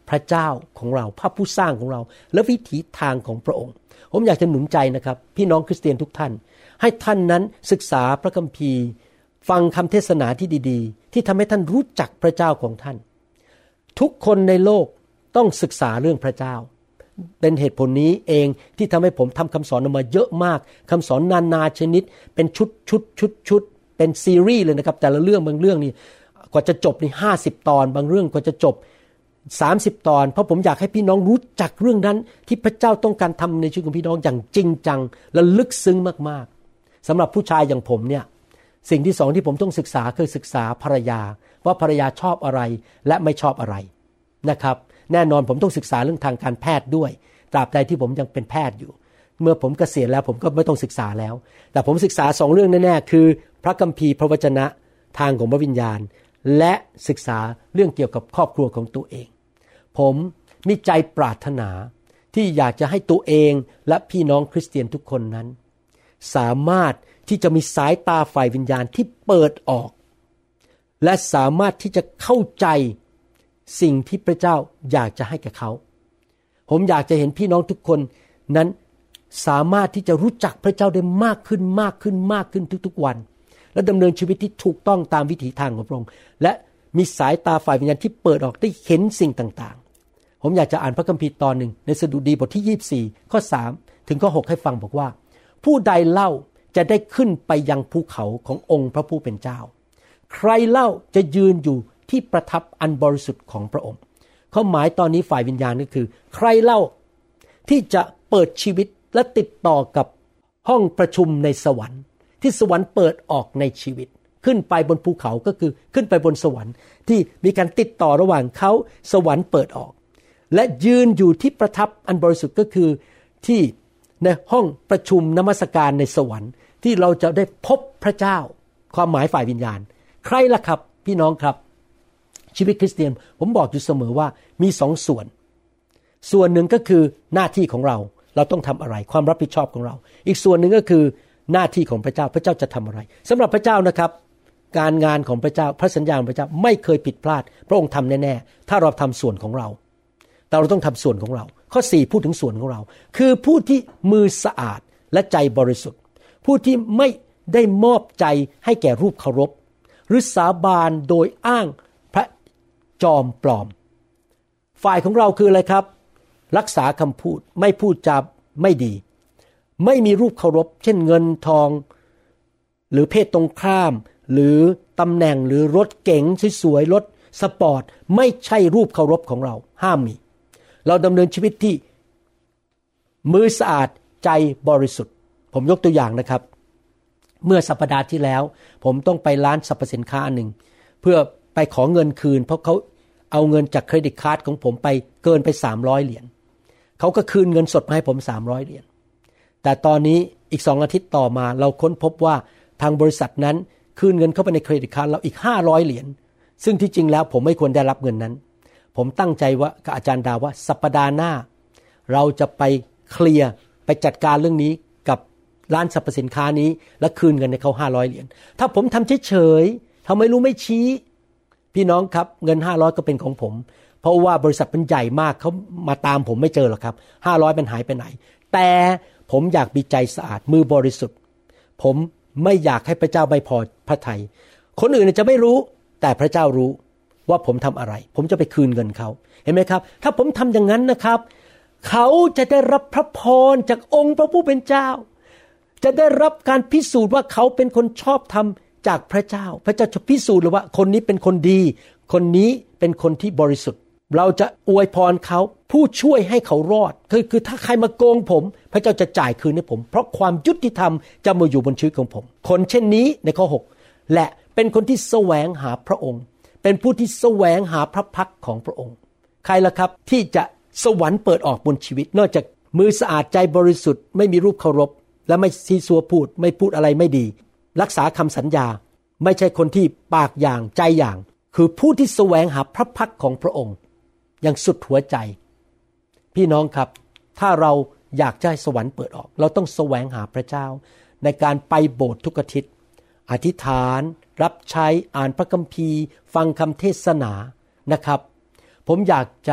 พระเจ้าของเราพระผู้สร้างของเราและวิถีทางของพระองค์ผมอยากจะหนุนใจนะครับพี่น้องคริสเตียนทุกท่านให้ท่านนั้นศึกษาพระคัมภีร์ฟังคำเทศนาที่ดีๆที่ทำให้ท่านรู้จักพระเจ้าของท่านทุกคนในโลกต้องศึกษาเรื่องพระเจ้าเป็นเหตุผลนี้เองที่ทำให้ผมทำคำสอนออกมาเยอะมากคำสอนนานาชนิดเป็นชุดเป็นซีรีส์เลยนะครับแต่ละเรื่องบางเรื่องนี่กว่าจะจบนี่50 ตอนบางเรื่องกว่าจะจบ30 ตอนเพราะผมอยากให้พี่น้องรู้จักเรื่องนั้นที่พระเจ้าต้องการทำในชีวิตของพี่น้องอย่างจริงจังและลึกซึ้งมากๆสำหรับผู้ชายอย่างผมเนี่ยสิ่งที่สองที่ผมต้องศึกษาคือศึกษาภรรยาว่าภรรยาชอบอะไรและไม่ชอบอะไรนะครับแน่นอนผมต้องศึกษาเรื่องทางการแพทย์ด้วยตราบใดที่ผมยังเป็นแพทย์อยู่เมื่อผมเกษียณแล้วผมก็ไม่ต้องศึกษาแล้วแต่ผมศึกษา2เรื่องแน่ๆคือพระคัมภีร์พระวจนะทางของพระวิญญาณและศึกษาเรื่องเกี่ยวกับครอบครัวของตัวเองผมมีใจปรารถนาที่อยากจะให้ตัวเองและพี่น้องคริสเตียนทุกคนนั้นสามารถที่จะมีสายตาฝ่ายวิญญาณที่เปิดออกและสามารถที่จะเข้าใจสิ่งที่พระเจ้าอยากจะให้กับเขาผมอยากจะเห็นพี่น้องทุกคนนั้นสามารถที่จะรู้จักพระเจ้าได้มากขึ้นทุกๆวันและดำเนินชีวิตที่ถูกต้องตามวิถีทางของพระองค์และมีสายตาฝ่ายวิญญาณที่เปิดออกได้เห็นสิ่งต่างๆผมอยากจะอ่านพระคัมภีร์ตอนหนึ่งในสดุดีบทที่24ข้อ3ถึงข้อ6ให้ฟังบอกว่าผู้ใดเล่าจะได้ขึ้นไปยังภูเขาขององค์พระผู้เป็นเจ้าใครเล่าจะยืนอยู่ที่ประทับอันบริสุทธิ์ของพระองค์ข้อหมายตอนนี้ฝ่ายวิญญาณก็คือใครเล่าที่จะเปิดชีวิตและติดต่อกับห้องประชุมในสวรรค์ที่สวรรค์เปิดออกในชีวิตขึ้นไปบนภูเขาก็คือขึ้นไปบนสวรรค์ที่มีการติดต่อระหว่างเขาสวรรค์เปิดออกและยืนอยู่ที่ประทับอันบริสุทธิ์ก็คือที่ในห้องประชุมนมัสการในสวรรค์ที่เราจะได้พบพระเจ้าความหมายฝ่ายวิญญาณใครล่ะครับพี่น้องครับชีวิตคริสเตียนผมบอกอยู่เสมอว่ามี2 ส่วนหนึ่งก็คือหน้าที่ของเราต้องทำอะไรความรับผิดชอบของเราอีกส่วนหนึ่งก็คือหน้าที่ของพระเจ้าพระเจ้าจะทำอะไรสำหรับพระเจ้านะครับการงานของพระเจ้าพระสัญญาของพระเจ้าไม่เคยผิดพลาดพระองค์ทำแน่ๆถ้าเราทำส่วนของเราแต่เราต้องทำส่วนของเราข้อ4พูดถึงส่วนของเราคือผู้ที่มือสะอาดและใจบริสุทธิ์ผู้ที่ไม่ได้มอบใจให้แก่รูปเคารพหรือสาบานโดยอ้างพระจอมปลอมฝ่ายของเราคืออะไรครับรักษาคำพูดไม่พูดจาไม่ดีไม่มีรูปเคารพเช่นเงินทองหรือเพศตรงข้ามหรือตำแหน่งหรือรถเก๋งสวยๆรถสปอร์ตไม่ใช่รูปเคารพของเราห้ามมีเราดำเนินชีวิตที่มือสะอาดใจบริสุทธิ์ผมยกตัวอย่างนะครับเมื่อสัปดาห์ที่แล้วผมต้องไปร้านสรรพสินค้าหนึ่งเพื่อไปขอเงินคืนเพราะเขาเอาเงินจากเครดิตการ์ดของผมไปเกินไป300 เหรียญเขาก็คืนเงินสดมาให้ผม300 เหรียญแต่ตอนนี้อีก2 อาทิตย์ต่อมาเราค้นพบว่าทางบริษัทนั้นคืนเงินเข้าไปในเครดิตการ์ดเราอีก500 เหรียญซึ่งที่จริงแล้วผมไม่ควรได้รับเงินนั้นผมตั้งใจว่ากับอาจารย์ดาว่าสัปดาห์หน้าเราจะไปเคลียร์ไปจัดการเรื่องนี้กับร้านสรรพสินค้านี้และคืนเงินให้เขา500 เหรียญถ้าผมทำเฉยๆทำไมรู้ไม่ชี้พี่น้องครับเงิน500ก็เป็นของผมเพราะว่าบริษัทมันใหญ่มากเขามาตามผมไม่เจอหรอกครับ500มันหายไปไหนแต่ผมอยากมีใจสะอาดมือบริสุทธิ์ผมไม่อยากให้พระเจ้าไม่พอพระทัยคนอื่นจะไม่รู้แต่พระเจ้ารู้ว่าผมทำอะไรผมจะไปคืนเงินเขาเห็นไหมครับถ้าผมทำอย่างนั้นนะครับเขาจะได้รับพระพรจากองค์พระผู้เป็นเจ้าจะได้รับการพิสูจน์ว่าเขาเป็นคนชอบธรรมจากพระเจ้าพระเจ้าจะพิสูจน์เลยว่าคนนี้เป็นคนดีคนนี้เป็นคนที่บริสุทธิ์เราจะอวยพรเขาผู้ช่วยให้เขารอดคือถ้าใครมาโกงผมพระเจ้าจะจ่ายคืนให้ผมเพราะความยุติธรรมจะมาอยู่บนชีวิตของผมคนเช่นนี้ในข้อ6และเป็นคนที่แสวงหาพระองค์เป็นผู้ที่แสวงหาพระพักของพระองค์ใครล่ะครับที่จะสวรรค์เปิดออกบนชีวิตนอกจากมือสะอาดใจบริสุทธิ์ไม่มีรูปเคารพและไม่ซีซัวพูดไม่พูดอะไรไม่ดีรักษาคำสัญญาไม่ใช่คนที่ปากอย่างใจอย่างคือผู้ที่แสวงหาพระพักของพระองค์อย่างสุดหัวใจพี่น้องครับถ้าเราอยากจะให้สวรรค์เปิดออกเราต้องแสวงหาพระเจ้าในการไปโบสถ์ทุกอาทิตย์อธิษฐานรับใช้อ่านพระคัมภีร์ฟังคำเทศนานะครับผมอยากจะ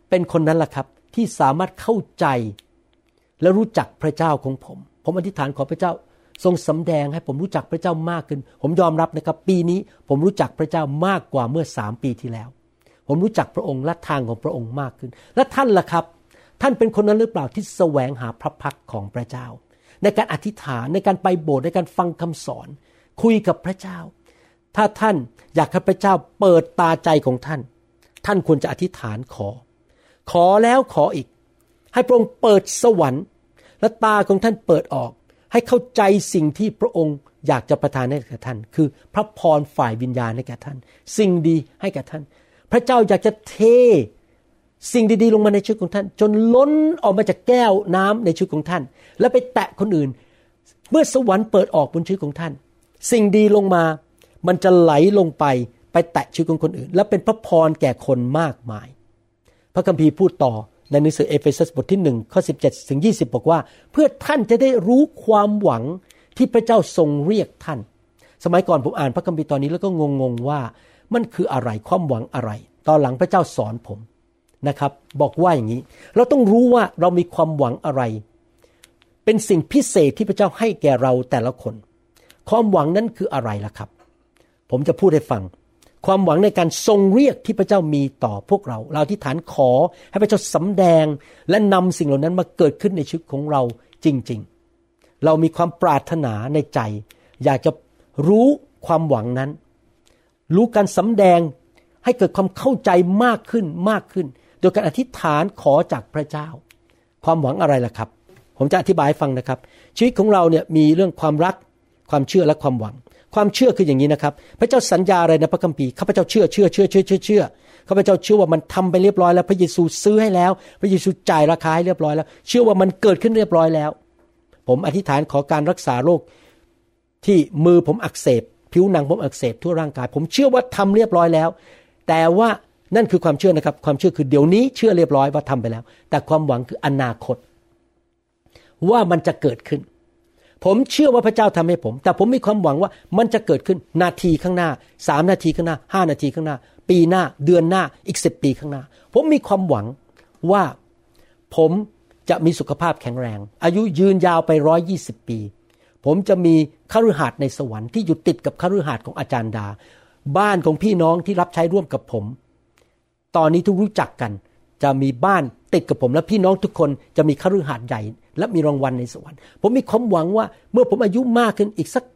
เป็นคนนั้นล่ะครับที่สามารถเข้าใจและรู้จักพระเจ้าของผมอธิษฐานขอพระเจ้าทรงสำแดงให้ผมรู้จักพระเจ้ามากขึ้นผมยอมรับนะครับปีนี้ผมรู้จักพระเจ้ามากกว่าเมื่อ3 ปีที่แล้วผมรู้จักพระองค์และทางของพระองค์มากขึ้นและท่านล่ะครับท่านเป็นคนนั้นหรือเปล่าที่แสวงหาพระพักของพระเจ้าในการอธิษฐานในการไปโบสถ์ในการฟังคำสอนคุยกับพระเจ้าถ้าท่านอยากให้พระเจ้าเปิดตาใจของท่านท่านควรจะอธิษฐานขอแล้วขออีกให้พระองค์เปิดสวรรค์และตาของท่านเปิดออกให้เข้าใจสิ่งที่พระองค์อยากจะประทานให้แก่ท่านคือพระพรฝ่ายวิญญาณให้แก่ท่านสิ่งดีให้แก่ท่านพระเจ้าอยากจะเทสิ่งดีๆลงมาในชีวิตของท่านจนล้นออกมาจากแก้วน้ำในชีวิตของท่านแล้วไปแตะคนอื่นเมื่อสวรรค์เปิดออกบนชีวิตของท่านสิ่งดีลงมามันจะไหลลงไปแตะชีวิตของคนอื่นและเป็นพระพรแก่คนมากมายพระคัมภีร์พูดต่อในหนังสือเอเฟซัสบทที่1ข้อ17ถึง20บอกว่าเพื่อท่านจะได้รู้ความหวังที่พระเจ้าทรงเรียกท่านสมัยก่อนผมอ่านพระคัมภีร์ตอนนี้แล้วก็งงว่ามันคืออะไรความหวังอะไรตอนหลังพระเจ้าสอนผมนะครับบอกว่าอย่างนี้เราต้องรู้ว่าเรามีความหวังอะไรเป็นสิ่งพิเศษที่พระเจ้าให้แก่เราแต่ละคนความหวังนั้นคืออะไรล่ะครับผมจะพูดให้ฟังความหวังในการทรงเรียกที่พระเจ้ามีต่อพวกเราอธิษฐานขอให้พระเจ้าสำแดงและนำสิ่งเหล่านั้นมาเกิดขึ้นในชีวิตของเราจริงๆเรามีความปรารถนาในใจอยากจะรู้ความหวังนั้นรู้การสำแดงให้เกิดความเข้าใจมากขึ้นโดยการอธิษฐานขอจากพระเจ้าความหวังอะไรล่ะครับผมจะอธิบายให้ฟังนะครับชีวิตของเราเนี่ยมีเรื่องความรักความเชื่อและความหวังความเชื่อคืออย่างนี้นะครับพระเจ้าสัญญาอะไรในพระคัมภีร์ข้าพเจ้าเชื่อข้าพเจ้าเชื่อว่ามันทำไปเรียบร้อยแล้วพระเยซูซื้อให้แล้วพระเยซูจ่ายราคาให้เรียบร้อยแล้วเชื่อว่ามันเกิดขึ้นเรียบร้อยแล้วผมอธิษฐานขอการรักษาโรคที่มือผมอักเสบผิวหนังผมอักเสบทั่วร่างกายผมเชื่อว่าทำเรียบร้อยแล้วแต่ว่านั่นคือความเชื่อนะครับความเชื่อคือเดี๋ยวนี้เชื่อเรียบร้อยว่าทำไปแล้วแต่ความหวังคืออนาคตว่ามันจะเกิดขึ้นผมเชื่อว่าพระเจ้าทำให้ผมแต่ผมมีความหวังว่ามันจะเกิดขึ้นนาทีข้างหน้า3นาทีข้างหน้า5นาทีข้างหน้าปีหน้าเดือนหน้าอีก10ปีข้างหน้าผมมีความหวังว่าผมจะมีสุขภาพแข็งแรงอายุยืนยาวไป120ปีผมจะมีคฤหาสน์ในสวรรค์ที่อยู่ติดกับคฤหาสน์ของอาจารย์ดาบ้านของพี่น้องที่รับใช้ร่วมกับผมตอนนี้ทุกรู้จักกันจะมีบ้านติดกับผมและพี่น้องทุกคนจะมีคฤหาสน์ใหญ่และมีรางวัลในสวรรค์ผมมีความหวังว่าเมื่อผมอายุมากขึ้นอีกสัก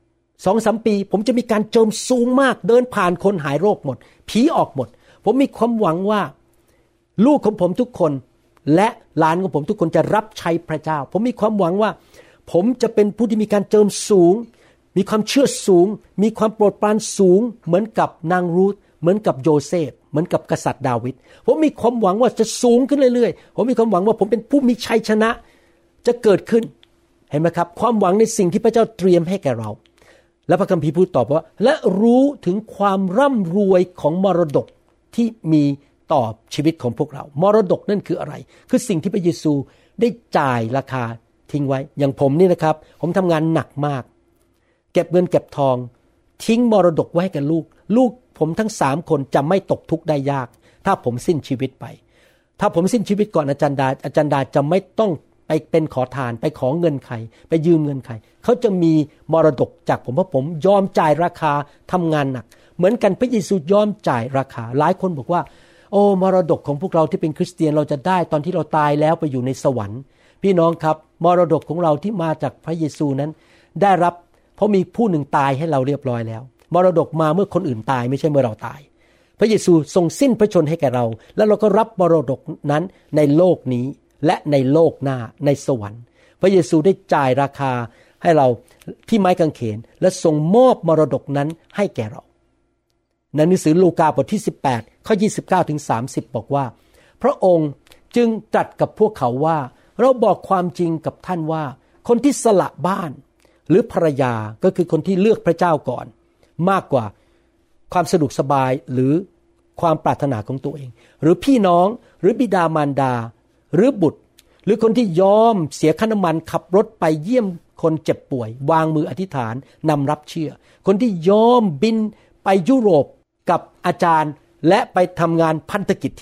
2-3 ปีผมจะมีการเจิมสูงมากเดินผ่านคนหายโรคหมดผีออกหมดผมมีความหวังว่าลูกของผมทุกคนและหลานของผมทุกคนจะรับใช้พระเจ้าผมมีความหวังว่าผมจะเป็นผู้ที่มีการเจิมสูงมีความเชื่อสูงมีความโปรดปรานสูงเหมือนกับนางรูธเหมือนกับโยเซฟเหมือนกับกษัตริย์ดาวิดผมมีความหวังว่าจะสูงขึ้นเรื่อยๆผมมีความหวังว่าผมเป็นผู้มีชัยชนะจะเกิดขึ้นเห็นไหมครับความหวังในสิ่งที่พระเจ้าเตรียมให้แก่เราและพระคัมภีร์พูดต่อว่าและรู้ถึงความร่ำรวยของมรดกที่มีต่อชีวิตของพวกเรามรดกนั่นคืออะไรคือสิ่งที่พระเยซูได้จ่ายราคาทิ้งไว้อย่างผมนี่นะครับผมทำงานหนักมากเก็บเงินเก็บทองทิ้งมรดกไว้ให้กับลูกผมทั้ง3คนจะไม่ตกทุกข์ได้ยากถ้าผมสิ้นชีวิตไปถ้าผมสิ้นชีวิตก่อนอาจารย์ดาจะไม่ต้องไปเป็นขอทานไปขอเงินใครไปยืมเงินใครเขาจะมีมรดกจากผมเพราะผมยอมจ่ายราคาทำงานหนักเหมือนกันพระเยซูยอมจ่ายราคาหลายคนบอกว่าโอ้มรดกของพวกเราที่เป็นคริสเตียนเราจะได้ตอนที่เราตายแล้วไปอยู่ในสวรรค์พี่น้องครับมรดกของเราที่มาจากพระเยซูนั้นได้รับเพราะมีผู้หนึ่งตายให้เราเรียบร้อยแล้วมรดกมาเมื่อคนอื่นตายไม่ใช่เมื่อเราตายพระเยซูทรงสิ้นพระชนให้แก่เราแล้วเราก็รับมรดกนั้นในโลกนี้และในโลกหน้าในสวรรค์พระเยซูได้จ่ายราคาให้เราที่ไม้กางเขนและทรงมอบมรดกนั้นให้แก่เราในหนังสือลูกาบทที่18ข้อ29ถึง30บอกว่าพระองค์จึงตรัสกับพวกเขาว่าเราบอกความจริงกับท่านว่าคนที่สละบ้านหรือภรรยาก็คือคนที่เลือกพระเจ้าก่อนมากกว่าความสะดวกสบายหรือความปรารถนาของตัวเองหรือพี่น้องหรือบิดามารดาหรือบุตรหรือคนที่ยอมเสียค่าน้ำมันขับรถไปเยี่ยมคนเจ็บป่วยวางมืออธิษฐานนำรับเชื่อคนที่ยอมบินไปยุโรปกับอาจารย์และไปทำงานพันธกิจที่นั่น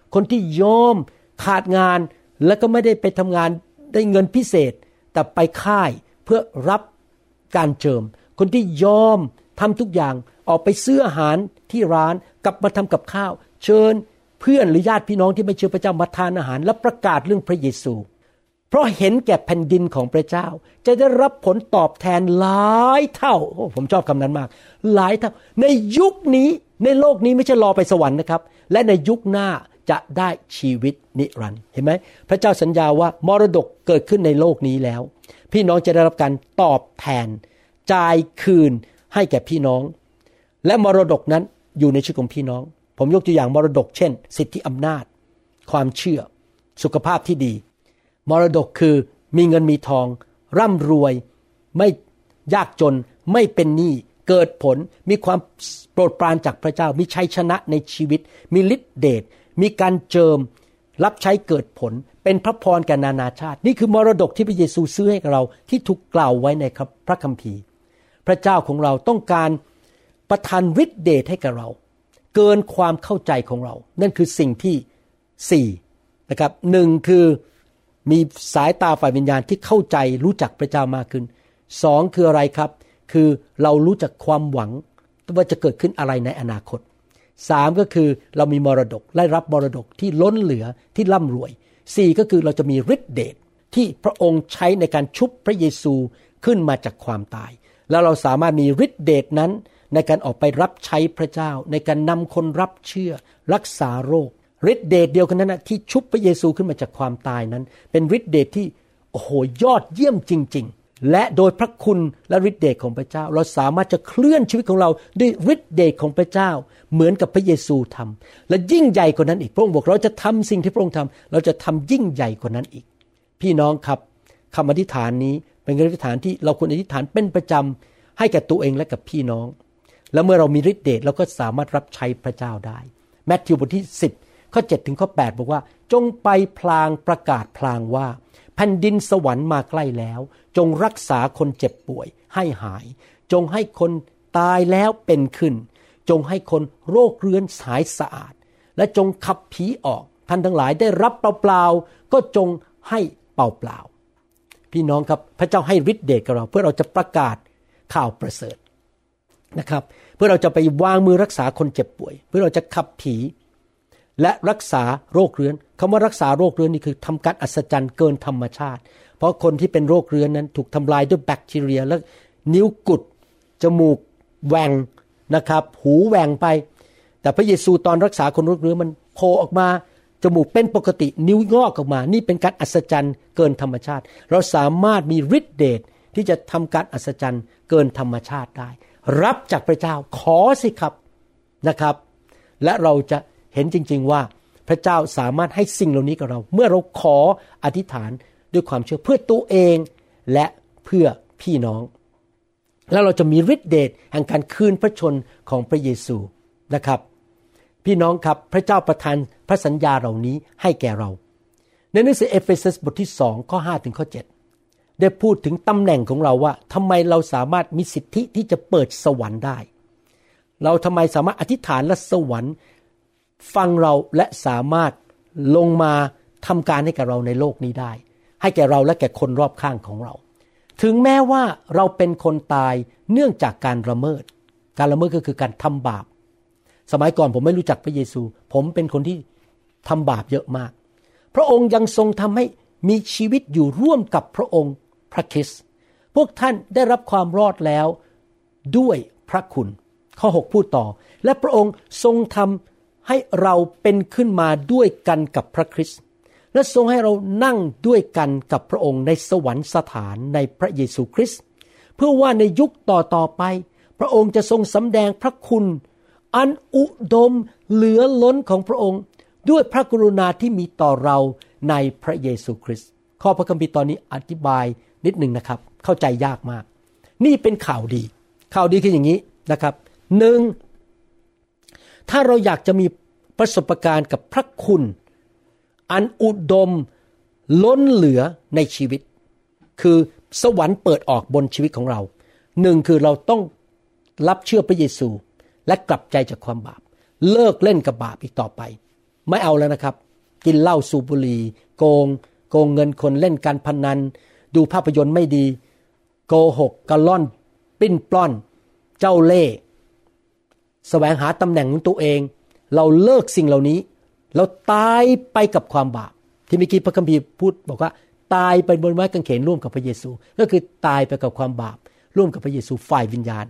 คนที่ยอมขาดงานแล้วก็ไม่ได้ไปทำงานได้เงินพิเศษแต่ไปค่ายเพื่อรับการเจิมคนที่ยอมทำทุกอย่างออกไปซื้ออาหารที่ร้านกลับมาทำกับข้าวเชิญเพื่อนหรือญาติพี่น้องที่ไม่เชื่อพระเจ้ามาทานอาหารและประกาศเรื่องพระเยซูเพราะเห็นแก่แผ่นดินของพระเจ้าจะได้รับผลตอบแทนหลายเท่าผมชอบคำนั้นมากหลายเท่าในยุคนี้ในโลกนี้ไม่ใช่รอไปสวรรค์นะครับและในยุคหน้าจะได้ชีวิตนิรันดร์เห็นไหมพระเจ้าสัญญาว่ามรดกเกิดขึ้นในโลกนี้แล้วพี่น้องจะได้รับการตอบแทนจ่ายคืนให้แก่พี่น้องและมรดกนั้นอยู่ในชีวิตของพี่น้องผมยกตัวอย่างมรดกเช่นสิทธิอำนาจความเชื่อสุขภาพที่ดีมรดกคือมีเงินมีทองร่ำรวยไม่ยากจนไม่เป็นหนี้เกิดผลมีความโปรดปรานจากพระเจ้ามีชัยชนะในชีวิตมีฤทธิ์เดชมีการเจิมรับใช้เกิดผลเป็นพระพรแก่นานาชาตินี่คือมรดกที่พระเยซูซื้อให้กับเราที่ถูกกล่าวไว้ในพระคัมภีร์พระเจ้าของเราต้องการประทานฤทธิ์เดชให้กับเราเกินความเข้าใจของเรานั่นคือสิ่งที่4นะครับ1คือมีสายตาฝ่ายวิญญาณที่เข้าใจรู้จักพระเจ้ามากขึ้น2คืออะไรครับคือเรารู้จักความหวังว่าจะเกิดขึ้นอะไรในอนาคต3ก็คือเรามีมรดกได้รับมรดกที่ล้นเหลือที่ร่ำรวย4ก็คือเราจะมีฤทธิ์เดชที่พระองค์ใช้ในการชุบพระเยซูขึ้นมาจากความตายแล้วเราสามารถมีฤทธิ์เดชนั้นในการออกไปรับใช้พระเจ้าในการนำคนรับเชื่อรักษาโรคฤทธิ์เดชเดียวกันนั้นนะที่ชุบพระเยซูขึ้นมาจากความตายนั้นเป็นฤทธิ์เดชที่โอ้โหยอดเยี่ยมจริงๆและโดยพระคุณและฤทธิ์เดชของพระเจ้าเราสามารถจะเคลื่อนชีวิตของเราด้วยฤทธิ์เดชของพระเจ้าเหมือนกับพระเยซูทำและยิ่งใหญ่กว่านั้นอีกพระองค์บอกเราจะทำสิ่งที่พระองค์ทำเราจะทำยิ่งใหญ่กว่านั้นอีกพี่น้องครับคำอธิษฐานนี้เป็นคำอธิษฐานที่เราควรอธิษฐานเป็นประจำให้แก่ตัวเองและกับพี่น้องแล้วเมื่อเรามีฤทธิ์เดชเราก็สามารถรับใช้พระเจ้าได้มัทธิวบทที่10ข้อ7ถึงข้อ8บอกว่าจงไปพลางประกาศพลางว่าแผ่นดินสวรรค์มาใกล้แล้วจงรักษาคนเจ็บป่วยให้หายจงให้คนตายแล้วเป็นขึ้นจงให้คนโรคเรื้อนหายสะอาดและจงขับผีออกท่านทั้งหลายได้รับเปล่าๆก็จงให้เปล่าๆพี่น้องครับพระเจ้าให้ฤทธิ์เดชกับเราเพื่อเราจะประกาศข่าวประเสริฐนะครับเพื่อเราจะไปวางมือรักษาคนเจ็บป่วยเพื่อเราจะขับผีและรักษาโรคเรื้อนคำว่ารักษาโรคเรื้อนนี่คือทำการอัศจรรย์เกินธรรมชาติเพราะคนที่เป็นโรคเรื้อนนั้นถูกทำลายด้วยแบคทีเรียและนิ้วกุดจมูกแหว่งนะครับหูแหว่งไปแต่พระเยซูตอนรักษาคนโรคเรื้อนมันโผล่ออกมาจมูกเป็นปกตินิ้วงอกออกมานี่เป็นการอัศจรรย์เกินธรรมชาติเราสามารถมีฤทธิ์เดชที่จะทำการอัศจรรย์เกินธรรมชาติได้รับจากพระเจ้าขอสิครับนะครับและเราจะเห็นจริงๆว่าพระเจ้าสามารถให้สิ่งเหล่านี้กับเราเมื่อเราขออธิษฐานด้วยความเชื่อเพื่อตัวเองและเพื่อพี่น้องแล้วเราจะมีฤทธิ์เดชแห่งการคืนพระชนของพระเยซูนะครับพี่น้องครับพระเจ้าประทานพระสัญญาเหล่านี้ให้แก่เราในหนังสือเอเฟซัสบทที่2ข้อ5ถึงข้อ7ได้พูดถึงตำแหน่งของเราว่าทำไมเราสามารถมีสิทธิที่จะเปิดสวรรค์ได้เราทำไมสามารถอธิษฐานและสวรรค์ฟังเราและสามารถลงมาทำการให้กับเราในโลกนี้ได้ให้แก่เราและแก่คนรอบข้างของเราถึงแม้ว่าเราเป็นคนตายเนื่องจากการละเมิดก็คือการทำบาปสมัยก่อนผมไม่รู้จักพระเยซูผมเป็นคนที่ทำบาปเยอะมากพระองค์ยังทรงทำให้มีชีวิตอยู่ร่วมกับพระองค์พระคริสต์พวกท่านได้รับความรอดแล้วด้วยพระคุณข้อ6พูดต่อและพระองค์ทรงทำให้เราเป็นขึ้นมาด้วยกันกับพระคริสต์และทรงให้เรานั่งด้วยกันกับพระองค์ในสวรรคสถานในพระเยซูคริสต์เพื่อว่าในยุคต่อไปพระองค์จะทรงสำแดงพระคุณอันอุดมเหลือล้นของพระองค์ด้วยพระกรุณาที่มีต่อเราในพระเยซูคริสต์ข้อพระคัมภีร์ตอนนี้อธิบายนิดหนึ่งนะครับเข้าใจยากมากนี่เป็นข่าวดีคืออย่างนี้นะครับ1ถ้าเราอยากจะมีประสบการณ์กับพระคุณอันอุดมล้นเหลือในชีวิตคือสวรรค์เปิดออกบนชีวิตของเรา1คือเราต้องรับเชื่อพระเยซูและกลับใจจากความบาปเลิกเล่นกับบาปอีกต่อไปไม่เอาแล้วนะครับกินเหล้าสูบบุหรี่โกงเงินคนเล่นการพนันดูภาพยนตร์ไม่ดีโกหกกะล่อนปิ้นปล้อนเจ้าเล่ห์แสวงหาตำแหน่งของตัวเองเราเลิกสิ่งเหล่านี้เราตายไปกับความบาปที่เมื่อกี้พระคัมภีร์พูดบอกว่าตายไปบนไม้กางเขนร่วมกับพระเยซูก็คือตายไปกับความบาปร่วมกับพระเยซูฝ่ายวิญญาณ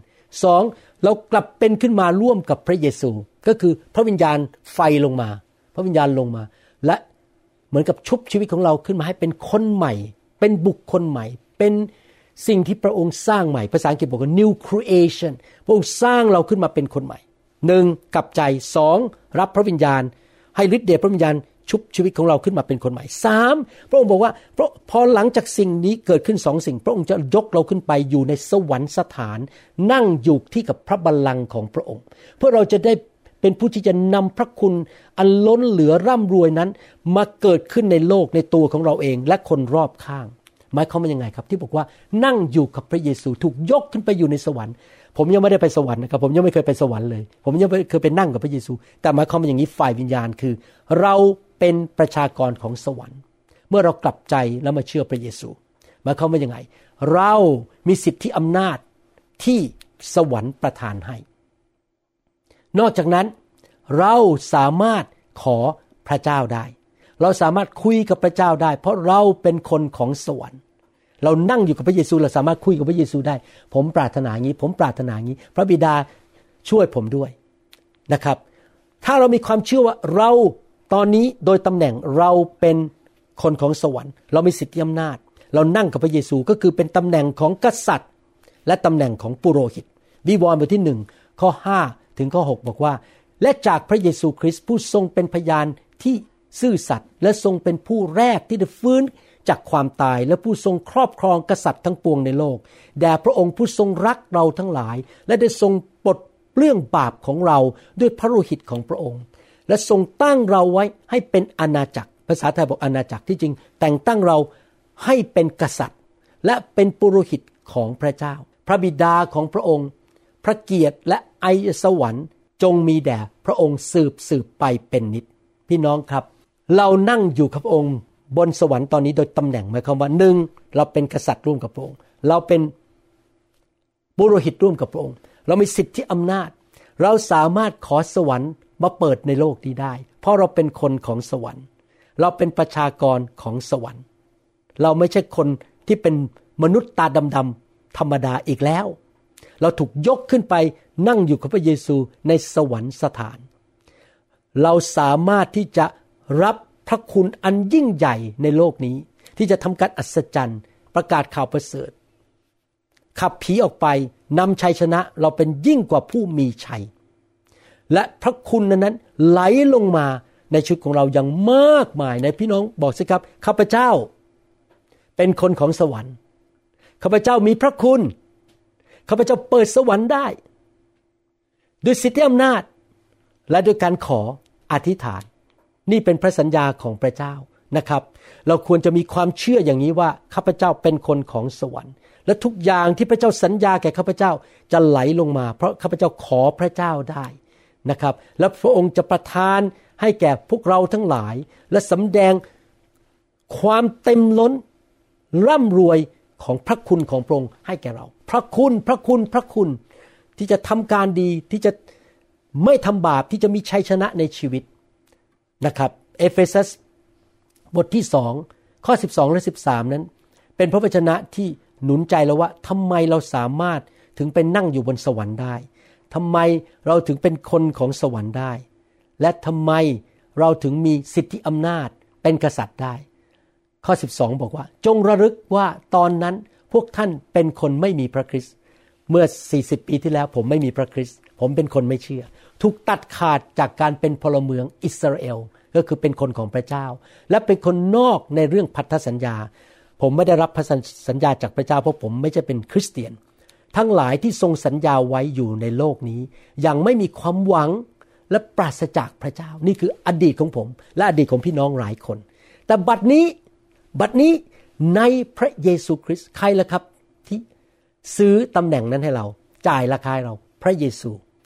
2เรากลับเป็นขึ้นมาร่วมกับพระเยซูก็คือพระวิญญาณไฟลงมาพระวิญญาณลงมาและเหมือนกับชุบชีวิตของเราขึ้นมาให้เป็นคนใหม่เป็นบุคคลใหม่เป็นสิ่งที่พระองค์สร้างใหม่ภาษาอังกฤษบอกว่า new creation พระองค์สร้างเราขึ้นมาเป็นคนใหม่1กลับใจ2รับพระวิญญาณให้ฤทธิ์เดชพระวิญญาณชุบชีวิตของเราขึ้นมาเป็นคนใหม่3พระองค์บอกว่าพอหลังจากสิ่งนี้เกิดขึ้น2สิ่งพระองค์จะยกเราขึ้นไปอยู่ในสวรรคสถานนั่งอยู่ที่กับพระบัลลังก์ของพระองค์เพื่อเราจะได้เป็นผู้ที่จะนำพระคุณอันล้นเหลือร่ำรวยนั้นมาเกิดขึ้นในโลกในตัวของเราเองและคนรอบข้างหมายความว่ายังไงครับที่บอกว่านั่งอยู่กับพระเยซูถูกยกขึ้นไปอยู่ในสวรรค์ผมยังไม่ได้ไปสวรรค์นะครับผมยังไม่เคยไปสวรรค์เลยผมยังไม่เคยไปนั่งกับพระเยซูแต่หมายความว่าอย่างนี้ฝ่ายวิญญาณคือเราเป็นประชากรของสวรรค์เมื่อเรากลับใจแล้วมาเชื่อพระเยซูหมายความว่ายังไงเรามีสิทธิอำนาจที่สวรรค์ประทานให้นอกจากนั้นเราสามารถขอพระเจ้าได้เราสามารถคุยกับพระเจ้าได้เพราะเราเป็นคนของสวรรค์เรานั่งอยู่กับพระเยซูเราสามารถคุยกับพระเยซูได้ผมปรารถนางี้ผมปรารถนางี้พระบิดาช่วยผมด้วยนะครับถ้าเรามีความเชื่อว่าเราตอนนี้โดยตำแหน่งเราเป็นคนของสวรรค์เรามีสิทธิอำนาจเรานั่งกับพระเยซูก็คือเป็นตำแหน่งของกษัตริย์และตำแหน่งของปุโรหิตวิวรณ์บทที่1ข้อ5ถึงข้อ6บอกว่าและจากพระเยซูคริสต์ผู้ทรงเป็นพยานที่ซื่อสัตย์และทรงเป็นผู้แรกที่ได้ฟื้นจากความตายและผู้ทรงครอบครองกษัตริย์ทั้งปวงในโลกแด่พระองค์ผู้ทรงรักเราทั้งหลายและได้ทรงปลดเปลื้องบาปของเราด้วยพระโลหิตของพระองค์และทรงตั้งเราไว้ให้เป็นอาณาจักรภาษาไทยบอกอาณาจักรที่จริงแต่งตั้งเราให้เป็นกษัตริย์และเป็นปุโรหิตของพระเจ้าพระบิดาของพระองค์พระเกียรติและไอสวรรค์จงมีแด่พระองค์สืบไปเป็นนิจพี่น้องครับเรานั่งอยู่กับพระองค์บนสวรรค์ตอนนี้โดยตำแหน่งหมายความว่า1เราเป็นกษัตริย์ร่วมกับพระองค์เราเป็นปุโรหิตร่วมกับพระองค์เรามีสิทธิอำนาจเราสามารถขอสวรรค์มาเปิดในโลกนี้ได้เพราะเราเป็นคนของสวรรค์เราเป็นประชากรของสวรรค์เราไม่ใช่คนที่เป็นมนุษย์ตาดำๆธรรมดาอีกแล้วเราถูกยกขึ้นไปนั่งอยู่กับพระเยซูในสวรรคสถานเราสามารถที่จะรับพระคุณอันยิ่งใหญ่ในโลกนี้ที่จะทำการอัศจรรย์ประกาศข่าวประเสริฐขับผีออกไปนำชัยชนะเราเป็นยิ่งกว่าผู้มีชัยและพระคุณนั้นไหลลงมาในชีวิตของเราอย่างมากมายในพี่น้องบอกสิครับข้าพเจ้าเป็นคนของสวรรค์ข้าพเจ้ามีพระคุณข้าพเจ้าเปิดสวรรค์ได้ด้วยสิทธิอำนาจและด้วยการขออธิษฐานนี่เป็นพระสัญญาของพระเจ้านะครับเราควรจะมีความเชื่ออย่างนี้ว่าข้าพเจ้าเป็นคนของสวรรค์และทุกอย่างที่พระเจ้าสัญญาแก่ข้าพเจ้าจะไหลลงมาเพราะข้าพเจ้าขอพระเจ้าได้นะครับและพระองค์จะประทานให้แก่พวกเราทั้งหลายและสำแดงความเต็มล้นร่ำรวยของพระคุณของพระองค์ให้แก่เราพระคุณพระคุณพระคุณที่จะทำการดีที่จะไม่ทำบาปที่จะมีชัยชนะในชีวิตนะครับเอเฟซัสบทที่2ข้อ12และ13นั้นเป็นพระวจนะที่หนุนใจเราว่าทำไมเราสามารถถึงเป็นนั่งอยู่บนสวรรค์ได้ทำไมเราถึงเป็นคนของสวรรค์ได้และทำไมเราถึงมีสิทธิอำนาจเป็นกษัตริย์ได้ข้อ12บอกว่าจงระลึกว่าตอนนั้นพวกท่านเป็นคนไม่มีพระคริสต์เมื่อ40ปีที่แล้วผมไม่มีพระคริสต์ผมเป็นคนไม่เชื่อถูกตัดขาดจากการเป็นพลเมืองอิสราเอลก็คือเป็นคนของพระเจ้าและเป็นคนนอกในเรื่องพันธสัญญาผมไม่ได้รับพันธสัญญาจากพระเจ้าเพราะผมไม่ใช่เป็นคริสเตียนทั้งหลายที่ทรงสัญญาไว้อยู่ในโลกนี้ยังไม่มีความหวังและปราศจากพระเจ้านี่คืออดีตของผมและอดีตของพี่น้องหลายคนแต่บัดนี้ในพระเยซูคริสต์ใครล่ะครับที่ซื้อตำแหน่งนั้นให้เราจ่ายราคาให้เราพระเยซู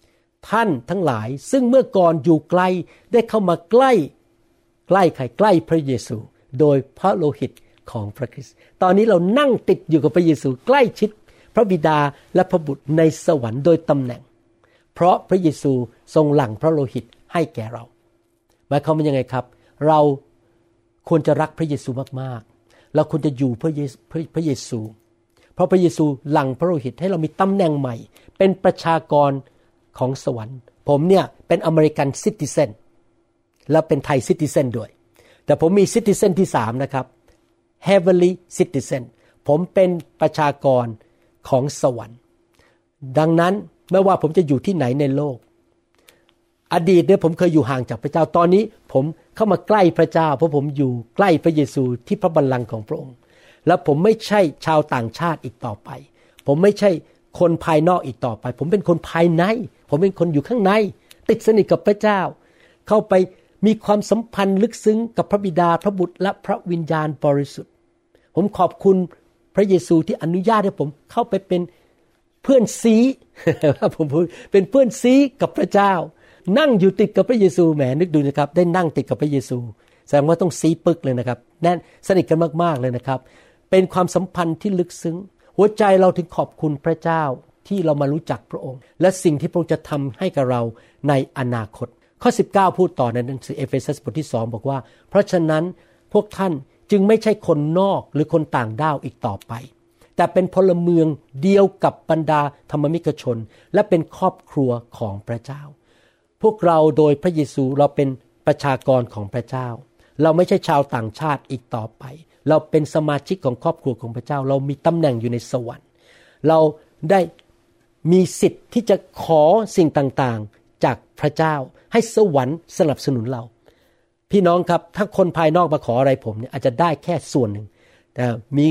ท่านทั้งหลายซึ่งเมื่อก่อนอยู่ไกลได้เข้ามาใกล้ใครใกล้พระเยซูโดยพระโลหิตของพระคริสต์ตอนนี้เรานั่งติดอยู่กับพระเยซูใกล้ชิดพระบิดาและพระบุตรในสวรรค์โดยตำแหน่งเพราะพระเยซูทรงหลั่งพระโลหิตให้แก่เราหมายความว่ายังไงครับเราควรจะรักพระเยซูมากๆเราควรจะอยู่เพื่อพระเยซูเพราะพระเยซูหลั่งพระโลหิตให้เรามีตำแหน่งใหม่เป็นประชากรของสวรรค์ผมเนี่ยเป็นอเมริกันซิติเซนและเป็นไทยซิติเซนด้วยแต่ผมมีซิติเซนที่3นะครับ Heavenly Citizen ผมเป็นประชากรของสวรรค์ดังนั้นไม่ว่าผมจะอยู่ที่ไหนในโลกอดีตเนี่ยผมเคยอยู่ห่างจากพระเจ้าตอนนี้ผมเข้ามาใกล้พระเจ้าเพราะผมอยู่ใกล้พระเยซูที่พระบัลลังก์ของพระองค์และผมไม่ใช่ชาวต่างชาติอีกต่อไปผมไม่ใช่คนภายนอกอีกต่อไปผมเป็นคนภายในผมเป็นคนอยู่ข้างในติดสนิทกับพระเจ้าเข้าไปมีความสัมพันธ์ลึกซึ้งกับพระบิดาพระบุตรและพระวิญญาณบริสุทธิ์ผมขอบคุณพระเยซูที่อนุญาตให้ผมเข้าไปเป็นเพื่อนซีผมเป็นเพื่อนซีกับพระเจ้านั่งอยู่ติดกับพระเยซูแหมนึกดูนะครับได้นั่งติดกับพระเยซูแสดงว่าต้องซีปึกเลยนะครับแน่นสนิทกันมากๆเลยนะครับเป็นความสัมพันธ์ที่ลึกซึ้งหัวใจเราถึงขอบคุณพระเจ้าที่เรามารู้จักพระองค์และสิ่งที่พระองค์จะทำให้กับเราในอนาคตข้อ19พูดต่อในหนังสือเอเฟซัสบทที่2บอกว่าเพราะฉะนั้นพวกท่านจึงไม่ใช่คนนอกหรือคนต่างด้าวอีกต่อไปแต่เป็นพลเมืองเดียวกับบรรดาธรรมมิกชนและเป็นครอบครัวของพระเจ้าพวกเราโดยพระเยซูเราเป็นประชากรของพระเจ้าเราไม่ใช่ชาวต่างชาติอีกต่อไปเราเป็นสมาชิกของครอบครัวของพระเจ้าเรามีตำแหน่งอยู่ในสวรรค์เราได้มีสิทธิ์ที่จะขอสิ่งต่างๆจากพระเจ้าให้สวรรค์สนับสนุนเราพี่น้องครับถ้าคนภายนอกมาขออะไรผมเนี่ยอาจจะได้แค่ส่วนหนึ่งแต่มี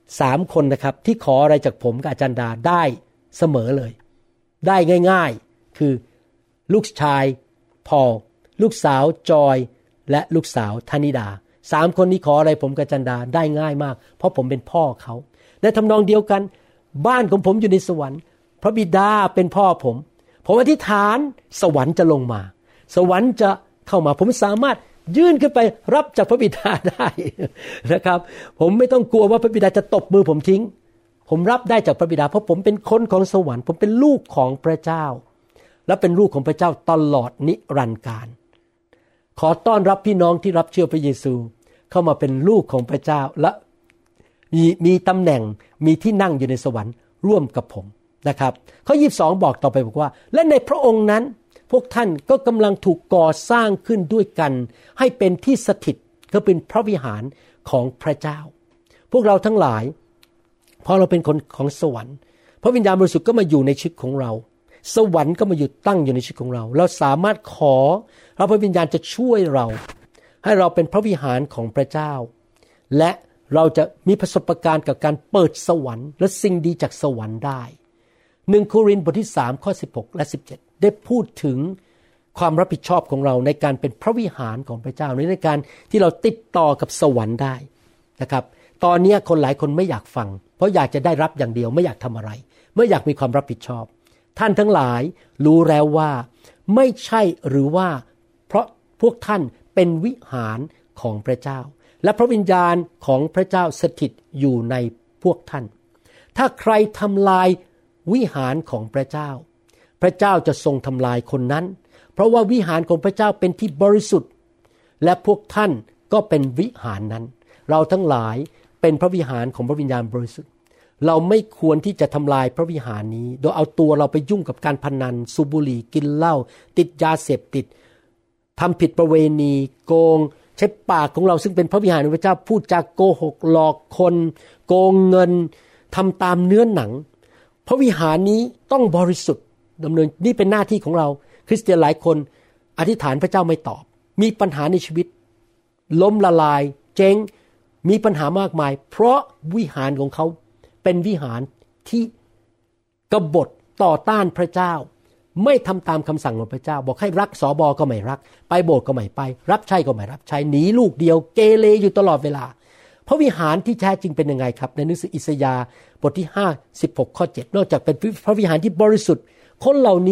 3คนนะครับที่ขออะไรจากผมกับอาจารย์ดาได้เสมอเลยได้ง่ายๆคือลูกชายพอลลูกสาวจอยและลูกสาวธนิดา3คนนี้ขออะไรผมกับอาจารย์ดาได้ง่ายมากเพราะผมเป็นพ่อเขาและทำนองเดียวกันบ้านของผมอยู่ในสวรรค์พระบิดาเป็นพ่อผมอธิษฐานสวรรค์จะลงมาสวรรค์จะเข้ามาผมสามารถยื่นขึ้นไปรับจากพระบิดาได้นะครับผมไม่ต้องกลัวว่าพระบิดาจะตบมือผมทิ้งผมรับได้จากพระบิดาเพราะผมเป็นคนของสวรรค์ผมเป็นลูกของพระเจ้าและเป็นลูกของพระเจ้าตลอดนิรันดร์กาลขอต้อนรับพี่น้องที่รับเชื่อพระเยซูเข้ามาเป็นลูกของพระเจ้าและมีตำแหน่งมีที่นั่งอยู่ในสวรรค์ร่วมกับผมนะครับข้อ22บอกต่อไปบอกว่าและในพระองค์นั้นพวกท่านก็กำลังถูกก่อสร้างขึ้นด้วยกันให้เป็นที่สถิตก็เป็นพระวิหารของพระเจ้าพวกเราทั้งหลายพอเราเป็นคนของสวรรค์พระวิญญาณบริสุทธิ์ก็มาอยู่ในชีวิตของเราสวรรค์ก็มาอยู่ตั้งอยู่ในชีวิตของเราเราสามารถขอพระวิญญาณจะช่วยเราให้เราเป็นพระวิหารของพระเจ้าและเราจะมีประสบการณ์กับการเปิดสวรรค์และสิ่งดีจากสวรรค์ได้1โครินธ์บทที่3ข้อ16และ17ได้พูดถึงความรับผิดชอบของเราในการเป็นพระวิหารของพระเจ้าในการที่เราติดต่อกับสวรรค์ได้นะครับตอนนี้คนหลายคนไม่อยากฟังเพราะอยากจะได้รับอย่างเดียวไม่อยากทำอะไรไม่อยากมีความรับผิดชอบท่านทั้งหลายรู้แล้วว่าไม่ใช่หรือว่าเพราะพวกท่านเป็นวิหารของพระเจ้าและพระวิญญาณของพระเจ้าสถิตอยู่ในพวกท่านถ้าใครทำลายวิหารของพระเจ้าพระเจ้าจะทรงทำลายคนนั้นเพราะว่าวิหารของพระเจ้าเป็นที่บริสุทธิ์และพวกท่านก็เป็นวิหารนั้นเราทั้งหลายเป็นพระวิหารของพระวิญญาณบริสุทธิ์เราไม่ควรที่จะทำลายพระวิหารนี้โดยเอาตัวเราไปยุ่งกับการพนันสูบบุหรี่กินเหล้าติดยาเสพติดทำผิดประเวณีโกงใช้ปากของเราซึ่งเป็นพระวิหารของพระเจ้าพูดจาโกหกหลอกคนโกงเงินทำตามเนื้อหนังพระวิหารนี้ต้องบริสุทธิ์ดำเนินนี่เป็นหน้าที่ของเราคริสเตียนหลายคนอธิษฐานพระเจ้าไม่ตอบมีปัญหาในชีวิตล้มละลายเจ๊งมีปัญหามากมายเพราะวิหารของเขาเป็นวิหารที่กบฏต่อต้านพระเจ้าไม่ทำตามคำสั่งของพระเจ้าบอกให้รักสบก็ไม่รักไปโบสถ์ก็ไม่ไปรับใช้ก็ไม่รับใช้หนีลูกเดียวเกเรอยู่ตลอดเวลาพระวิหารที่แท้จริงเป็นยังไงครับในหนังสืออิสยาห์บทที่56ข้อ7นอกจากเป็นพระวิหารที่บริสุทธิ์คนเหล่านี้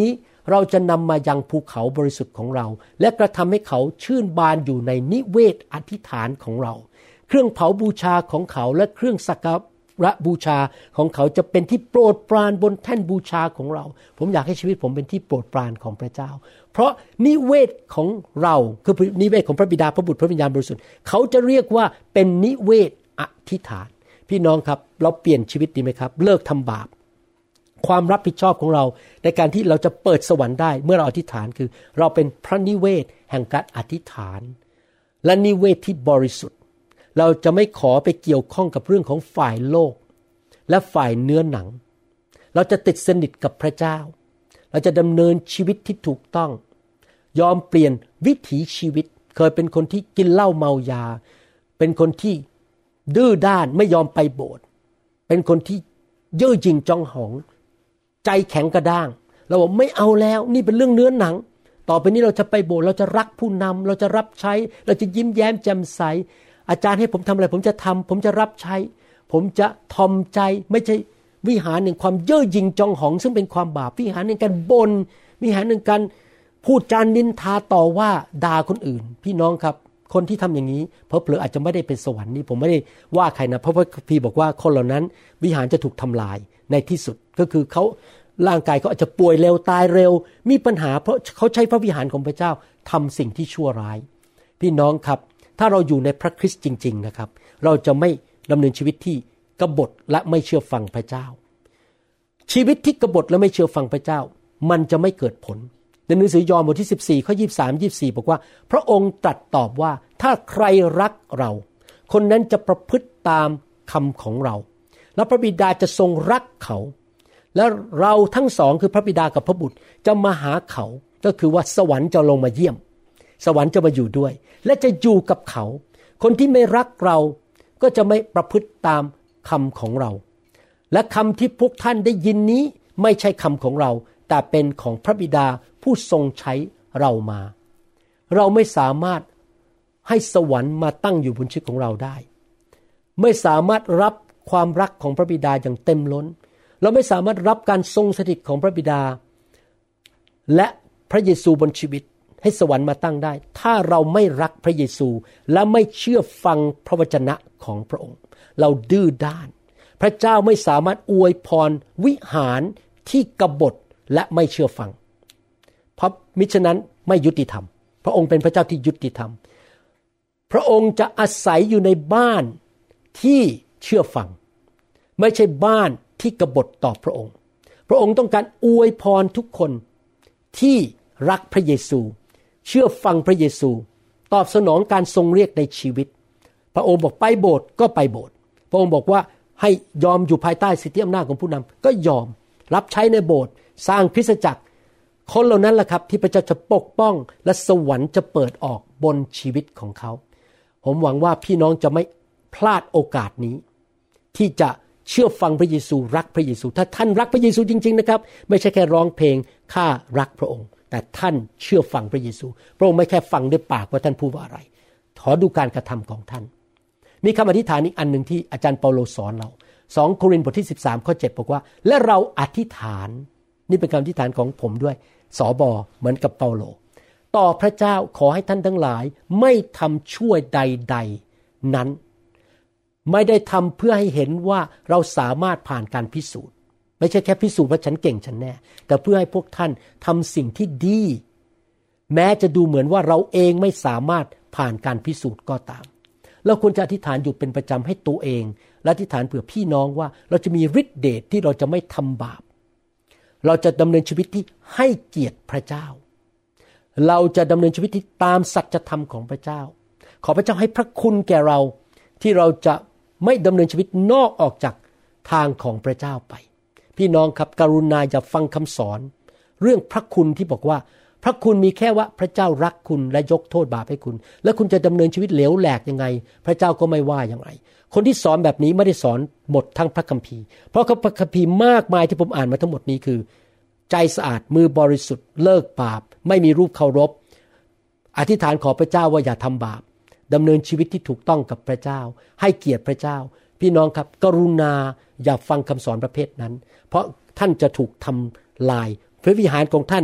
เราจะนำมายังภูเขาบริสุทธิ์ของเราและกระทำให้เขาชื่นบานอยู่ในนิเวศอธิษฐานของเราเครื่องเผาบูชาของเขาและเครื่องสักการะบูชาของเขาจะเป็นที่โปรดปรานบนแท่นบูชาของเราผมอยากให้ชีวิตผมเป็นที่โปรดปรานของพระเจ้าเพราะนิเวศของเราคือนิเวศของพระบิดาพระบุตรพระวิญญาณบริสุทธิ์เขาจะเรียกว่าเป็นนิเวศอธิษฐานพี่น้องครับเราเปลี่ยนชีวิตดีไหมครับเลิกทำบาปความรับผิดชอบของเราในการที่เราจะเปิดสวรรค์ได้เมื่อเราอธิษฐานคือเราเป็นพระนิเวศแห่งการอธิษฐานและนิเวศที่บริสุทธิ์เราจะไม่ขอไปเกี่ยวข้องกับเรื่องของฝ่ายโลกและฝ่ายเนื้อหนังเราจะติดสนิทกับพระเจ้าเราจะดำเนินชีวิตที่ถูกต้องยอมเปลี่ยนวิถีชีวิตเคยเป็นคนที่กินเหล้าเมายาเป็นคนที่ดื้อด้านไม่ยอมไปโบสถ์เป็นคนที่เย่อหยิ่งจองหองใจแข็งกระด้างเราบอกไม่เอาแล้วนี่เป็นเรื่องเนื้อหนังต่อไปนี้เราจะไปโบสถ์เราจะรักผู้นำเราจะรับใช้เราจะยิ้มแย้มแจ่มใสอาจารย์ให้ผมทำอะไรผมจะทำผมจะรับใช้ผมจะทอมใจไม่ใช่วิหารแห่งความเย่อหยิ่งจองหองซึ่งเป็นความบาปวิหารแห่งการบ่นวิหารแห่งการพูดจานินทาต่อว่าด่าคนอื่นพี่น้องครับคนที่ทำอย่างนี้เพราะเผลออาจจะไม่ได้เป็นสวรรค์นี่ผมไม่ได้ว่าใครนะเพราะว่าพี่บอกว่าคนเหล่านั้นวิหารจะถูกทำลายในที่สุดก็คือเขาร่างกายเขาอาจจะป่วยเร็วตายเร็วมีปัญหาเพราะเขาใช้พระวิหารของพระเจ้าทำสิ่งที่ชั่วร้ายพี่น้องครับถ้าเราอยู่ในพระคริสต์จริงๆนะครับเราจะไม่ดำเนินชีวิตที่กบฏและไม่เชื่อฟังพระเจ้าชีวิตที่กบฏและไม่เชื่อฟังพระเจ้ามันจะไม่เกิดผลในหนังสือยอห์นบทที่14ข้อ23-24บอกว่าพระองค์ตรัสตอบว่าถ้าใครรักเราคนนั้นจะประพฤติตามคำของเราและพระบิดาจะทรงรักเขาและเราทั้งสองคือพระบิดากับพระบุตรจะมาหาเขาก็คือว่าสวรรค์จะลงมาเยี่ยมสวรรค์จะมาอยู่ด้วยและจะอยู่กับเขาคนที่ไม่รักเราก็จะไม่ประพฤติตามคำของเราและคำที่พวกท่านได้ยินนี้ไม่ใช่คำของเราแต่เป็นของพระบิดาผู้ทรงใช้เรามาเราไม่สามารถให้สวรรค์มาตั้งอยู่บนชีวิตของเราได้ไม่สามารถรับความรักของพระบิดาอย่างเต็มล้นเราไม่สามารถรับการทรงสถิตของพระบิดาและพระเยซูบนชีวิตให้สวรรค์มาตั้งได้ถ้าเราไม่รักพระเยซูและไม่เชื่อฟังพระวจนะของพระองค์เราดื้อด้านพระเจ้าไม่สามารถอวยพรวิหารที่กบฏและไม่เชื่อฟังเพราะมิฉะนั้นไม่ยุติธรรมพระองค์เป็นพระเจ้าที่ยุติธรรมพระองค์จะอาศัยอยู่ในบ้านที่เชื่อฟังไม่ใช่บ้านที่กบฏต่อพระองค์พระองค์ต้องการอวยพรทุกคนที่รักพระเยซูเชื่อฟังพระเยซูตอบสนองการทรงเรียกในชีวิตพระองค์บอกไปโบสถ์ก็ไปโบสถ์พระองค์บอกว่าให้ยอมอยู่ภายใต้สิทธิอำนาจของผู้นำก็ยอมรับใช้ในโบสถ์สร้างคริสตจักรคนเหล่านั้นแหละครับที่พระเจ้าจะปกป้องและสวรรค์จะเปิดออกบนชีวิตของเขาผมหวังว่าพี่น้องจะไม่พลาดโอกาสนี้ที่จะเชื่อฟังพระเยซูรักพระเยซูถ้าท่านรักพระเยซูจริงๆนะครับไม่ใช่แค่ร้องเพลงข้ารักพระองค์แต่ท่านเชื่อฟังพระเยซูพระองค์ไม่แค่ฟังด้วยปากว่าท่านพูดว่าอะไรขอดูการกระทำของท่านมีคำอธิษฐานอีกอันหนึ่งที่อาจารย์เปาโลสอนเรา2โครินธ์บทที่13ข้อ7บอกว่าและเราอธิษฐานนี่เป็นคำอธิษฐานของผมด้วยสบเหมือนกับเปาโลต่อพระเจ้าขอให้ท่านทั้งหลายไม่ทำชั่วใดๆนั้นไม่ได้ทำเพื่อให้เห็นว่าเราสามารถผ่านการพิสูจน์ไม่ใช่แค่พิสูจน์ว่าฉันเก่งฉันแน่แต่เพื่อให้พวกท่านทำสิ่งที่ดีแม้จะดูเหมือนว่าเราเองไม่สามารถผ่านการพิสูจน์ก็ตามเราควรจะอธิษฐานอยู่เป็นประจำให้ตัวเองและอธิษฐานเผื่อพี่น้องว่าเราจะมีฤทธิ์เดชที่เราจะไม่ทำบาปเราจะดำเนินชีวิตที่ให้เกียรติพระเจ้าเราจะดำเนินชีวิตที่ตามสัจธรรมของพระเจ้าขอพระเจ้าให้พระคุณแก่เราที่เราจะไม่ดำเนินชีวิตนอกออกจากทางของพระเจ้าไปพี่น้องครับกรุณาอย่าฟังคำสอนเรื่องพระคุณที่บอกว่าพระคุณมีแค่ว่าพระเจ้ารักคุณและยกโทษบาปให้คุณแล้วคุณจะดำเนินชีวิตเหลวแหลกยังไงพระเจ้าก็ไม่ว่าอย่างไรคนที่สอนแบบนี้ไม่ได้สอนหมดทั้งพระคัมภีร์เพราะพระคัมภีร์มากมายที่ผมอ่านมาทั้งหมดนี้คือใจสะอาดมือบริสุทธิ์เลิกบาปไม่มีรูปเคารพอธิษฐานขอพระเจ้าว่าอย่าทำบาปดำเนินชีวิตที่ถูกต้องกับพระเจ้าให้เกียรติพระเจ้าพี่น้องครับกรุณาอย่าฟังคำสอนประเภทนั้นเพราะท่านจะถูกทำลายพระวิหารของท่าน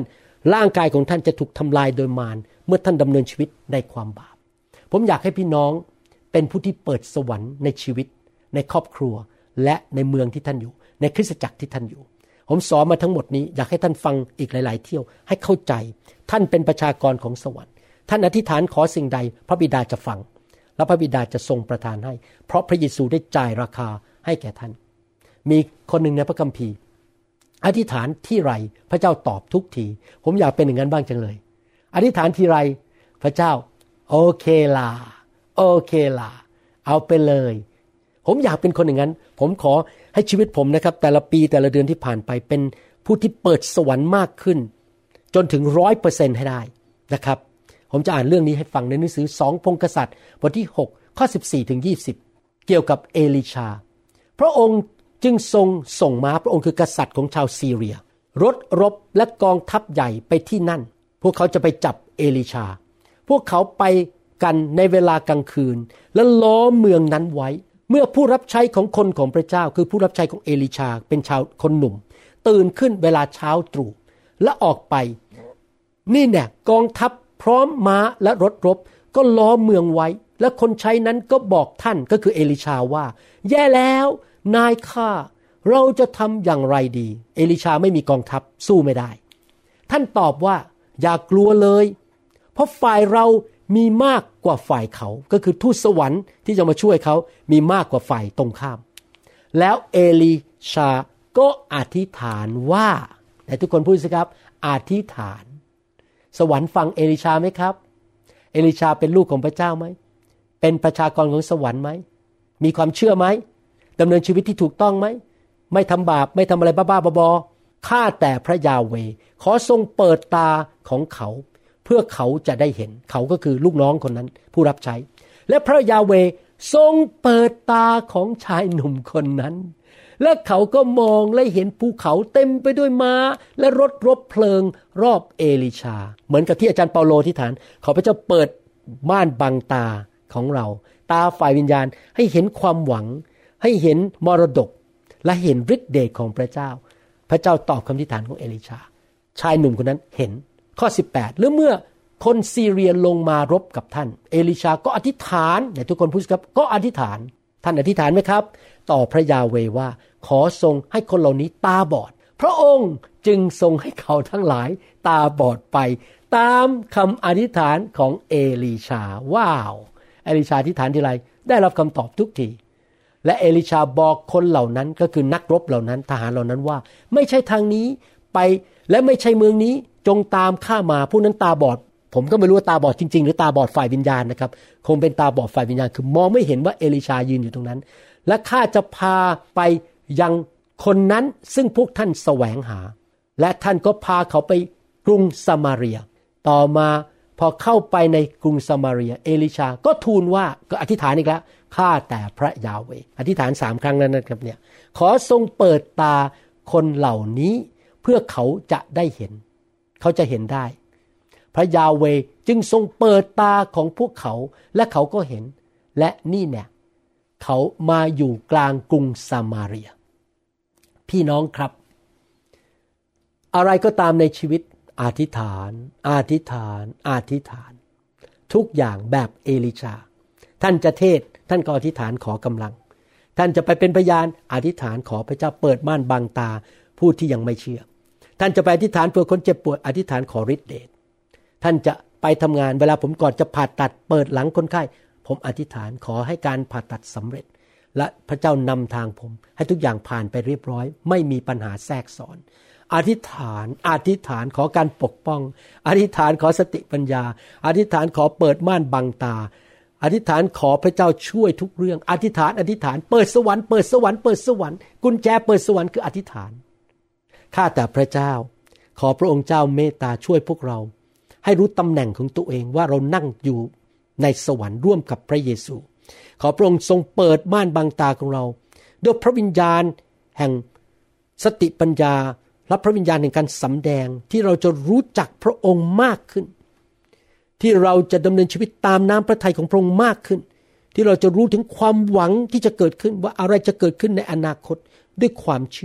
ร่างกายของท่านจะถูกทำลายโดยมารเมื่อท่านดำเนินชีวิตในความบาปผมอยากให้พี่น้องเป็นผู้ที่เปิดสวรรค์ในชีวิตในครอบครัวและในเมืองที่ท่านอยู่ในคริสตจักรที่ท่านอยู่ผมสอนมาทั้งหมดนี้อยากให้ท่านฟังอีกหลายๆเที่ยวให้เข้าใจท่านเป็นประชากรของสวรรค์ท่านอธิษฐานขอสิ่งใดพระบิดาจะฟังและพระบิดาจะทรงประทานให้เพราะพระเยซูได้จ่ายราคาให้แก่ท่านมีคนหนึ่งในพระคัมภีร์อธิษฐานที่ไรพระเจ้าตอบทุกทีผมอยากเป็นอย่างนั้นบ้างจังเลยอธิษฐานที่ไรพระเจ้าโอเคล่ะโอเคล่ะเอาไปเลยผมอยากเป็นคนอย่างนั้นผมขอให้ชีวิตผมนะครับแต่ละปีแต่ละเดือนที่ผ่านไปเป็นผู้ที่เปิดสวรรค์มากขึ้นจนถึง 100% ให้ได้นะครับผมจะอ่านเรื่องนี้ให้ฟังในหนังสือ2พงศ์กษัตริย์บทที่6ข้อ14ถึง20เกี่ยวกับเอลีชาพระองค์จึงทรงส่งม้าพระองค์คือกษัตริย์ของชาวซีเรียรถรบและกองทัพใหญ่ไปที่นั่นพวกเขาจะไปจับเอลีชาพวกเขาไปกันในเวลากลางคืนและล้อมเมืองนั้นไว้เมื่อผู้รับใช้ของคนของพระเจ้าคือผู้รับใช้ของเอลีชาเป็นชาวคนหนุ่มตื่นขึ้นเวลาเช้าตรู่และออกไปนี่แน่กองทัพพร้อมม้าและรถรบก็ล้อมเมืองไว้และคนใช้นั้นก็บอกท่านก็คือเอลีชาว่าแย่แล้วนายข้าเราจะทำอย่างไรดีเอลีชาไม่มีกองทัพสู้ไม่ได้ท่านตอบว่าอย่ากลัวเลยเพราะฝ่ายเรามีมากกว่าฝ่ายเขาก็คือทูตสวรรค์ที่จะมาช่วยเขามีมากกว่าฝ่ายตรงข้ามแล้วเอลีชาก็อธิษฐานว่าแต่ทุกคนพูดสิครับอธิษฐานสวรรค์ฟังเอลีชาไหมครับเอลีชาเป็นลูกของพระเจ้าไหมเป็นประชากรของสวรรค์ไหมมีความเชื่อไหมดำเนินชีวิตที่ถูกต้องไหมไม่ทำบาปไม่ทำอะไรบ้าๆบอๆข้าแต่พระยาเวห์ขอทรงเปิดตาของเขาเพื่อเขาจะได้เห็นเขาก็คือลูกน้องคนนั้นผู้รับใช้และพระยาเวห์ทรงเปิดตาของชายหนุ่มคนนั้นและเขาก็มองและเห็นภูเขาเต็มไปด้วยม้าและรถรบเพลิงรอบเอลีชาเหมือนกับที่อาจารย์เปาโลอธิษฐานขอพระเจ้าเปิดม่านบังตาของเราตาฝ่ายวิญญาณให้เห็นความหวังให้เห็นมรดกและเห็นฤทธิ์เดชของพระเจ้าพระเจ้าตอบคำอธิษฐานของเอลีชาชายหนุ่มคนนั้นเห็นข้อ18หรือเมื่อคนซีเรียลงมารบกับท่านเอลีชาก็อธิษฐานทุกคนพูดครับก็อธิษฐานท่านอธิษฐานไหมครับต่อพระยาเวห์ว่าขอทรงให้คนเหล่านี้ตาบอดพระองค์จึงทรงให้เขาทั้งหลายตาบอดไปตามคำอธิษฐานของเอลีชาว้าวเอลีชาอธิษฐานทีไรได้รับคำตอบทุกทีและเอลีชาบอกคนเหล่านั้นก็คือนักรบเหล่านั้นทหารเหล่านั้นว่าไม่ใช่ทางนี้ไปและไม่ใช่เมืองนี้จงตามข้ามาผู้นั้นตาบอดผมก็ไม่รู้ว่าตาบอดจริงๆหรือตาบอดฝ่ายวิญญาณนะครับคงเป็นตาบอดฝ่ายวิญญาณคือมองไม่เห็นว่าเอลีชายืนอยู่ตรงนั้นและข้าจะพาไปยังคนนั้นซึ่งพวกท่านแสวงหาและท่านก็พาเขาไปกรุงซามาเรียต่อมาพอเข้าไปในกรุงซามาเรียเอลีชาก็ทูลว่าก็อธิษฐานอีกแล้วข้าแต่พระยาเวห์อธิษฐาน3ครั้งนั้นนะครับเนี่ยขอทรงเปิดตาคนเหล่านี้เพื่อเขาจะได้เห็นเขาจะเห็นได้พระยาเวห์จึงทรงเปิดตาของพวกเขาและเขาก็เห็นและนี่เนี่ยเขามาอยู่กลางกรุงซามาเรียพี่น้องครับอะไรก็ตามในชีวิตอธิษฐานอธิษฐานอธิษฐานทุกอย่างแบบเอลีชาท่านจะเทศท่านก็อธิษฐานขอกำลังท่านจะไปเป็นพยานอธิษฐานขอพระเจ้าเปิดม่านบังตาผู้ที่ยังไม่เชื่อท่านจะไปอธิษฐานเพื่อคนเจ็บป่วยอธิษฐานขอฤทธิ์เดชท่านจะไปทำงานเวลาผมก่อนจะผ่าตัดเปิดหลังคนไข้ผมอธิษฐานขอให้การผ่าตัดสำเร็จและพระเจ้านำทางผมให้ทุกอย่างผ่านไปเรียบร้อยไม่มีปัญหาแทรกซ้อนอธิษฐานขอการปกป้องอธิษฐานขอสติปัญญาอธิษฐานขอเปิดม่านบังตาอธิษฐานขอพระเจ้าช่วยทุกเรื่องอธิษฐานเปิดสวรรค์เปิดสวรรค์เปิดสวรรค์กุญแจเปิดสวรรค์คืออธิษฐานข้าแต่พระเจ้าขอพระองค์เจ้าเมตตาช่วยพวกเราให้รู้ตำแหน่งของตัวเองว่าเรานั่งอยู่ในสวรรค์ร่วมกับพระเยซูขอพระองค์ทรงเปิดม่านบังตาของเราด้วยพระวิญญาณแห่งสติปัญญาและพระวิญญาณแห่งการสำแดงที่เราจะรู้จักพระองค์มากขึ้นที่เราจะดำเนินชีวิตตามน้ำพระทัยของพระองค์มากขึ้นที่เราจะรู้ถึงความหวังที่จะเกิดขึ้นว่าอะไรจะเกิดขึ้นในอนาคตด้วยความเชื่อ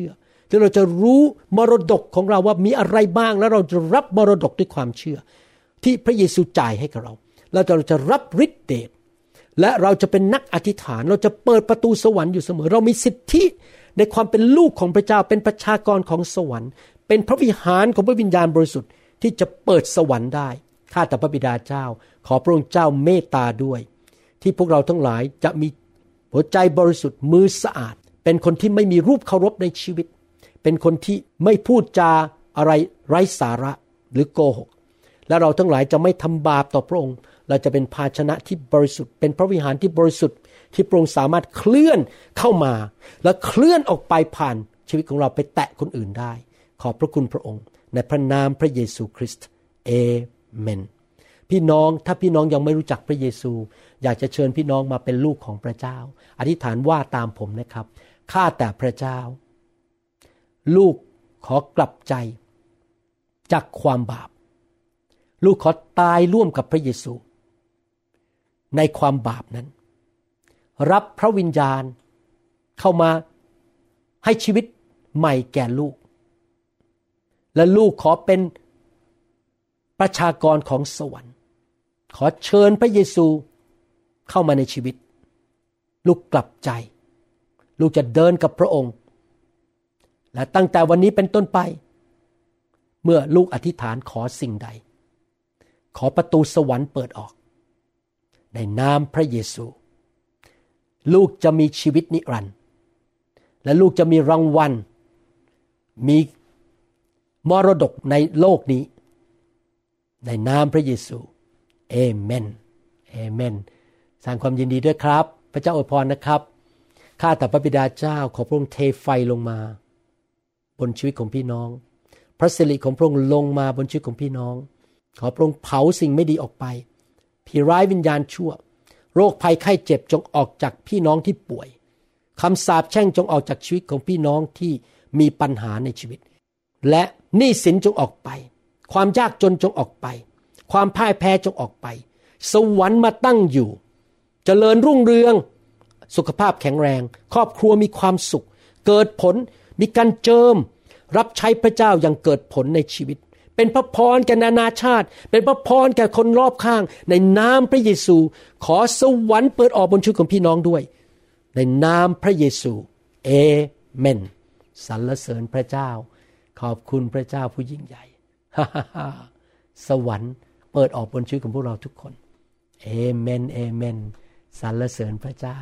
ที่เราจะรู้มรดกของเราว่ามีอะไรบ้างแล้วเราจะรับมรดกด้วยความเชื่อที่พระเยซูจ่ายให้กับเราเราจะรับฤทธิ์เดชและเราจะเป็นนักอธิษฐานเราจะเปิดประตูสวรรค์อยู่เสมอเรามีสิทธิในความเป็นลูกของพระเจ้าเป็นประชากรของสวรรค์เป็นพระวิหารของพระวิญญาณบริสุทธิ์ที่จะเปิดสวรรค์ได้ข้าแต่พระบิดาเจ้าขอพระองค์เจ้าเมตตาด้วยที่พวกเราทั้งหลายจะมีหัวใจบริสุทธิ์มือสะอาดเป็นคนที่ไม่มีรูปเคารพในชีวิตเป็นคนที่ไม่พูดจาอะไรไร้สาระหรือโกหกและเราทั้งหลายจะไม่ทำบาปต่อพระองค์เราจะเป็นภาชนะที่บริสุทธิ์เป็นพระวิหารที่บริสุทธิ์ที่พระองค์สามารถเคลื่อนเข้ามาและเคลื่อนออกไปผ่านชีวิตของเราไปแตะคนอื่นได้ขอบพระคุณพระองค์ในพระนามพระเยซูคริสต์เอเมนพี่น้องถ้าพี่น้องยังไม่รู้จักพระเยซูอยากจะเชิญพี่น้องมาเป็นลูกของพระเจ้าอธิษฐานว่าตามผมนะครับข้าแต่พระเจ้าลูกขอกลับใจจากความบาปลูกขอตายร่วมกับพระเยซูในความบาปนั้นรับพระวิญญาณเข้ามาให้ชีวิตใหม่แก่ลูกและลูกขอเป็นประชากรของสวรรค์ขอเชิญพระเยซูเข้ามาในชีวิตลูกกลับใจลูกจะเดินกับพระองค์และตั้งแต่วันนี้เป็นต้นไปเมื่อลูกอธิษฐานขอสิ่งใดขอประตูสวรรค์เปิดออกในนามพระเยซูลูกจะมีชีวิตนิรันดร์และลูกจะมีรางวัลมีมรดกในโลกนี้ในนามพระเยซูเอเมนเอเมนสร้างความยินดีด้วยครับพระเจ้าอวยพรนะครับข้าแต่พระบิดาเจ้าขอพระองค์เทไฟลงมาบนชีวิตของพี่น้องพระสิริของพระองค์ลงมาบนชีวิตของพี่น้องขอพระองค์เผาสิ่งไม่ดีออกไปผีร้ายวิญญาณชั่วโรคภัยไข้เจ็บจงออกจากพี่น้องที่ป่วยคำสาปแช่งจงออกจากชีวิตของพี่น้องที่มีปัญหาในชีวิตและหนี้สินจงออกไปความยากจนจงออกไปความพ่ายแพ้จงออกไปสวรรค์มาตั้งอยู่เจริญรุ่งเรืองสุขภาพแข็งแรงครอบครัวมีความสุขเกิดผลมีการเจิมรับใช้พระเจ้าอย่างเกิดผลในชีวิตเป็นพระพรแก่นานาชาติเป็นพระพรแก่คนรอบข้างในนามพระเยซูขอสวรรค์เปิดออกบนชีวิตของพี่น้องด้วยในนามพระเยซูเอเมนสรรเสริญพระเจ้าขอบคุณพระเจ้าผู้ยิ่งใหญ่ สวรรค์เปิดออกบนชีวิตของพวกเราทุกคนเอเมนเอเมนสรรเสริญพระเจ้า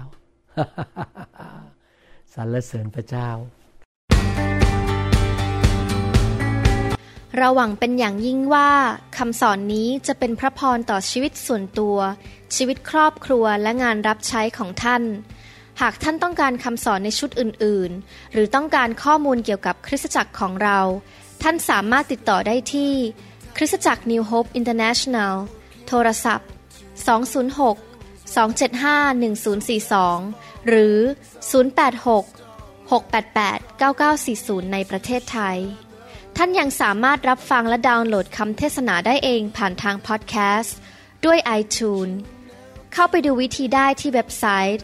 สรรเสริญพระเจ้าเราหวังเป็นอย่างยิ่งว่าคำสอนนี้จะเป็นพระพรต่อชีวิตส่วนตัวชีวิตครอบครัวและงานรับใช้ของท่านหากท่านต้องการคำสอนในชุดอื่นๆหรือต้องการข้อมูลเกี่ยวกับคริสตจักรของเราท่านสามารถติดต่อได้ที่คริสตจักร New Hope International โทรศัพท์206-275-1042หรือ086-688-9940ในประเทศไทยท่านยังสามารถรับฟังและดาวน์โหลดคำเทศนาได้เองผ่านทางพอดแคสต์ด้วย iTunes เข้าไปดูวิธีได้ที่เว็บไซต์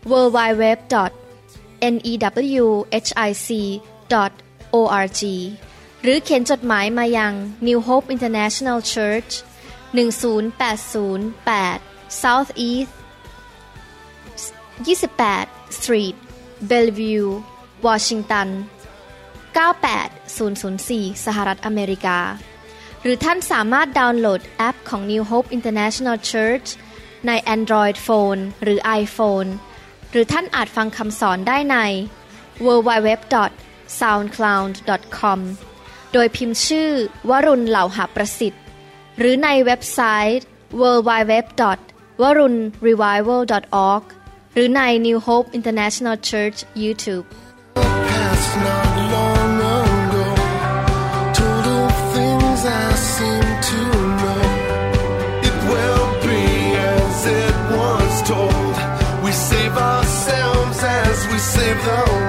www.newhic.org หรือเขียนจดหมายมายัง New Hope International Church 10808 South East 28 Street Bellevue Washington 98004 สหรัฐอเมริกาหรือท่านสามารถดาวน์โหลดแอปของ New Hope International Church ใน Android Phone หรือ iPhone หรือท่านอาจฟังคำสอนได้ใน www.soundcloud.com โดยพิมพ์ชื่อวรุณเหล่าหาประสิทธิ์หรือในเว็บไซต์ www.warunrevival.org หรือใน New Hope International Church YouTube Save the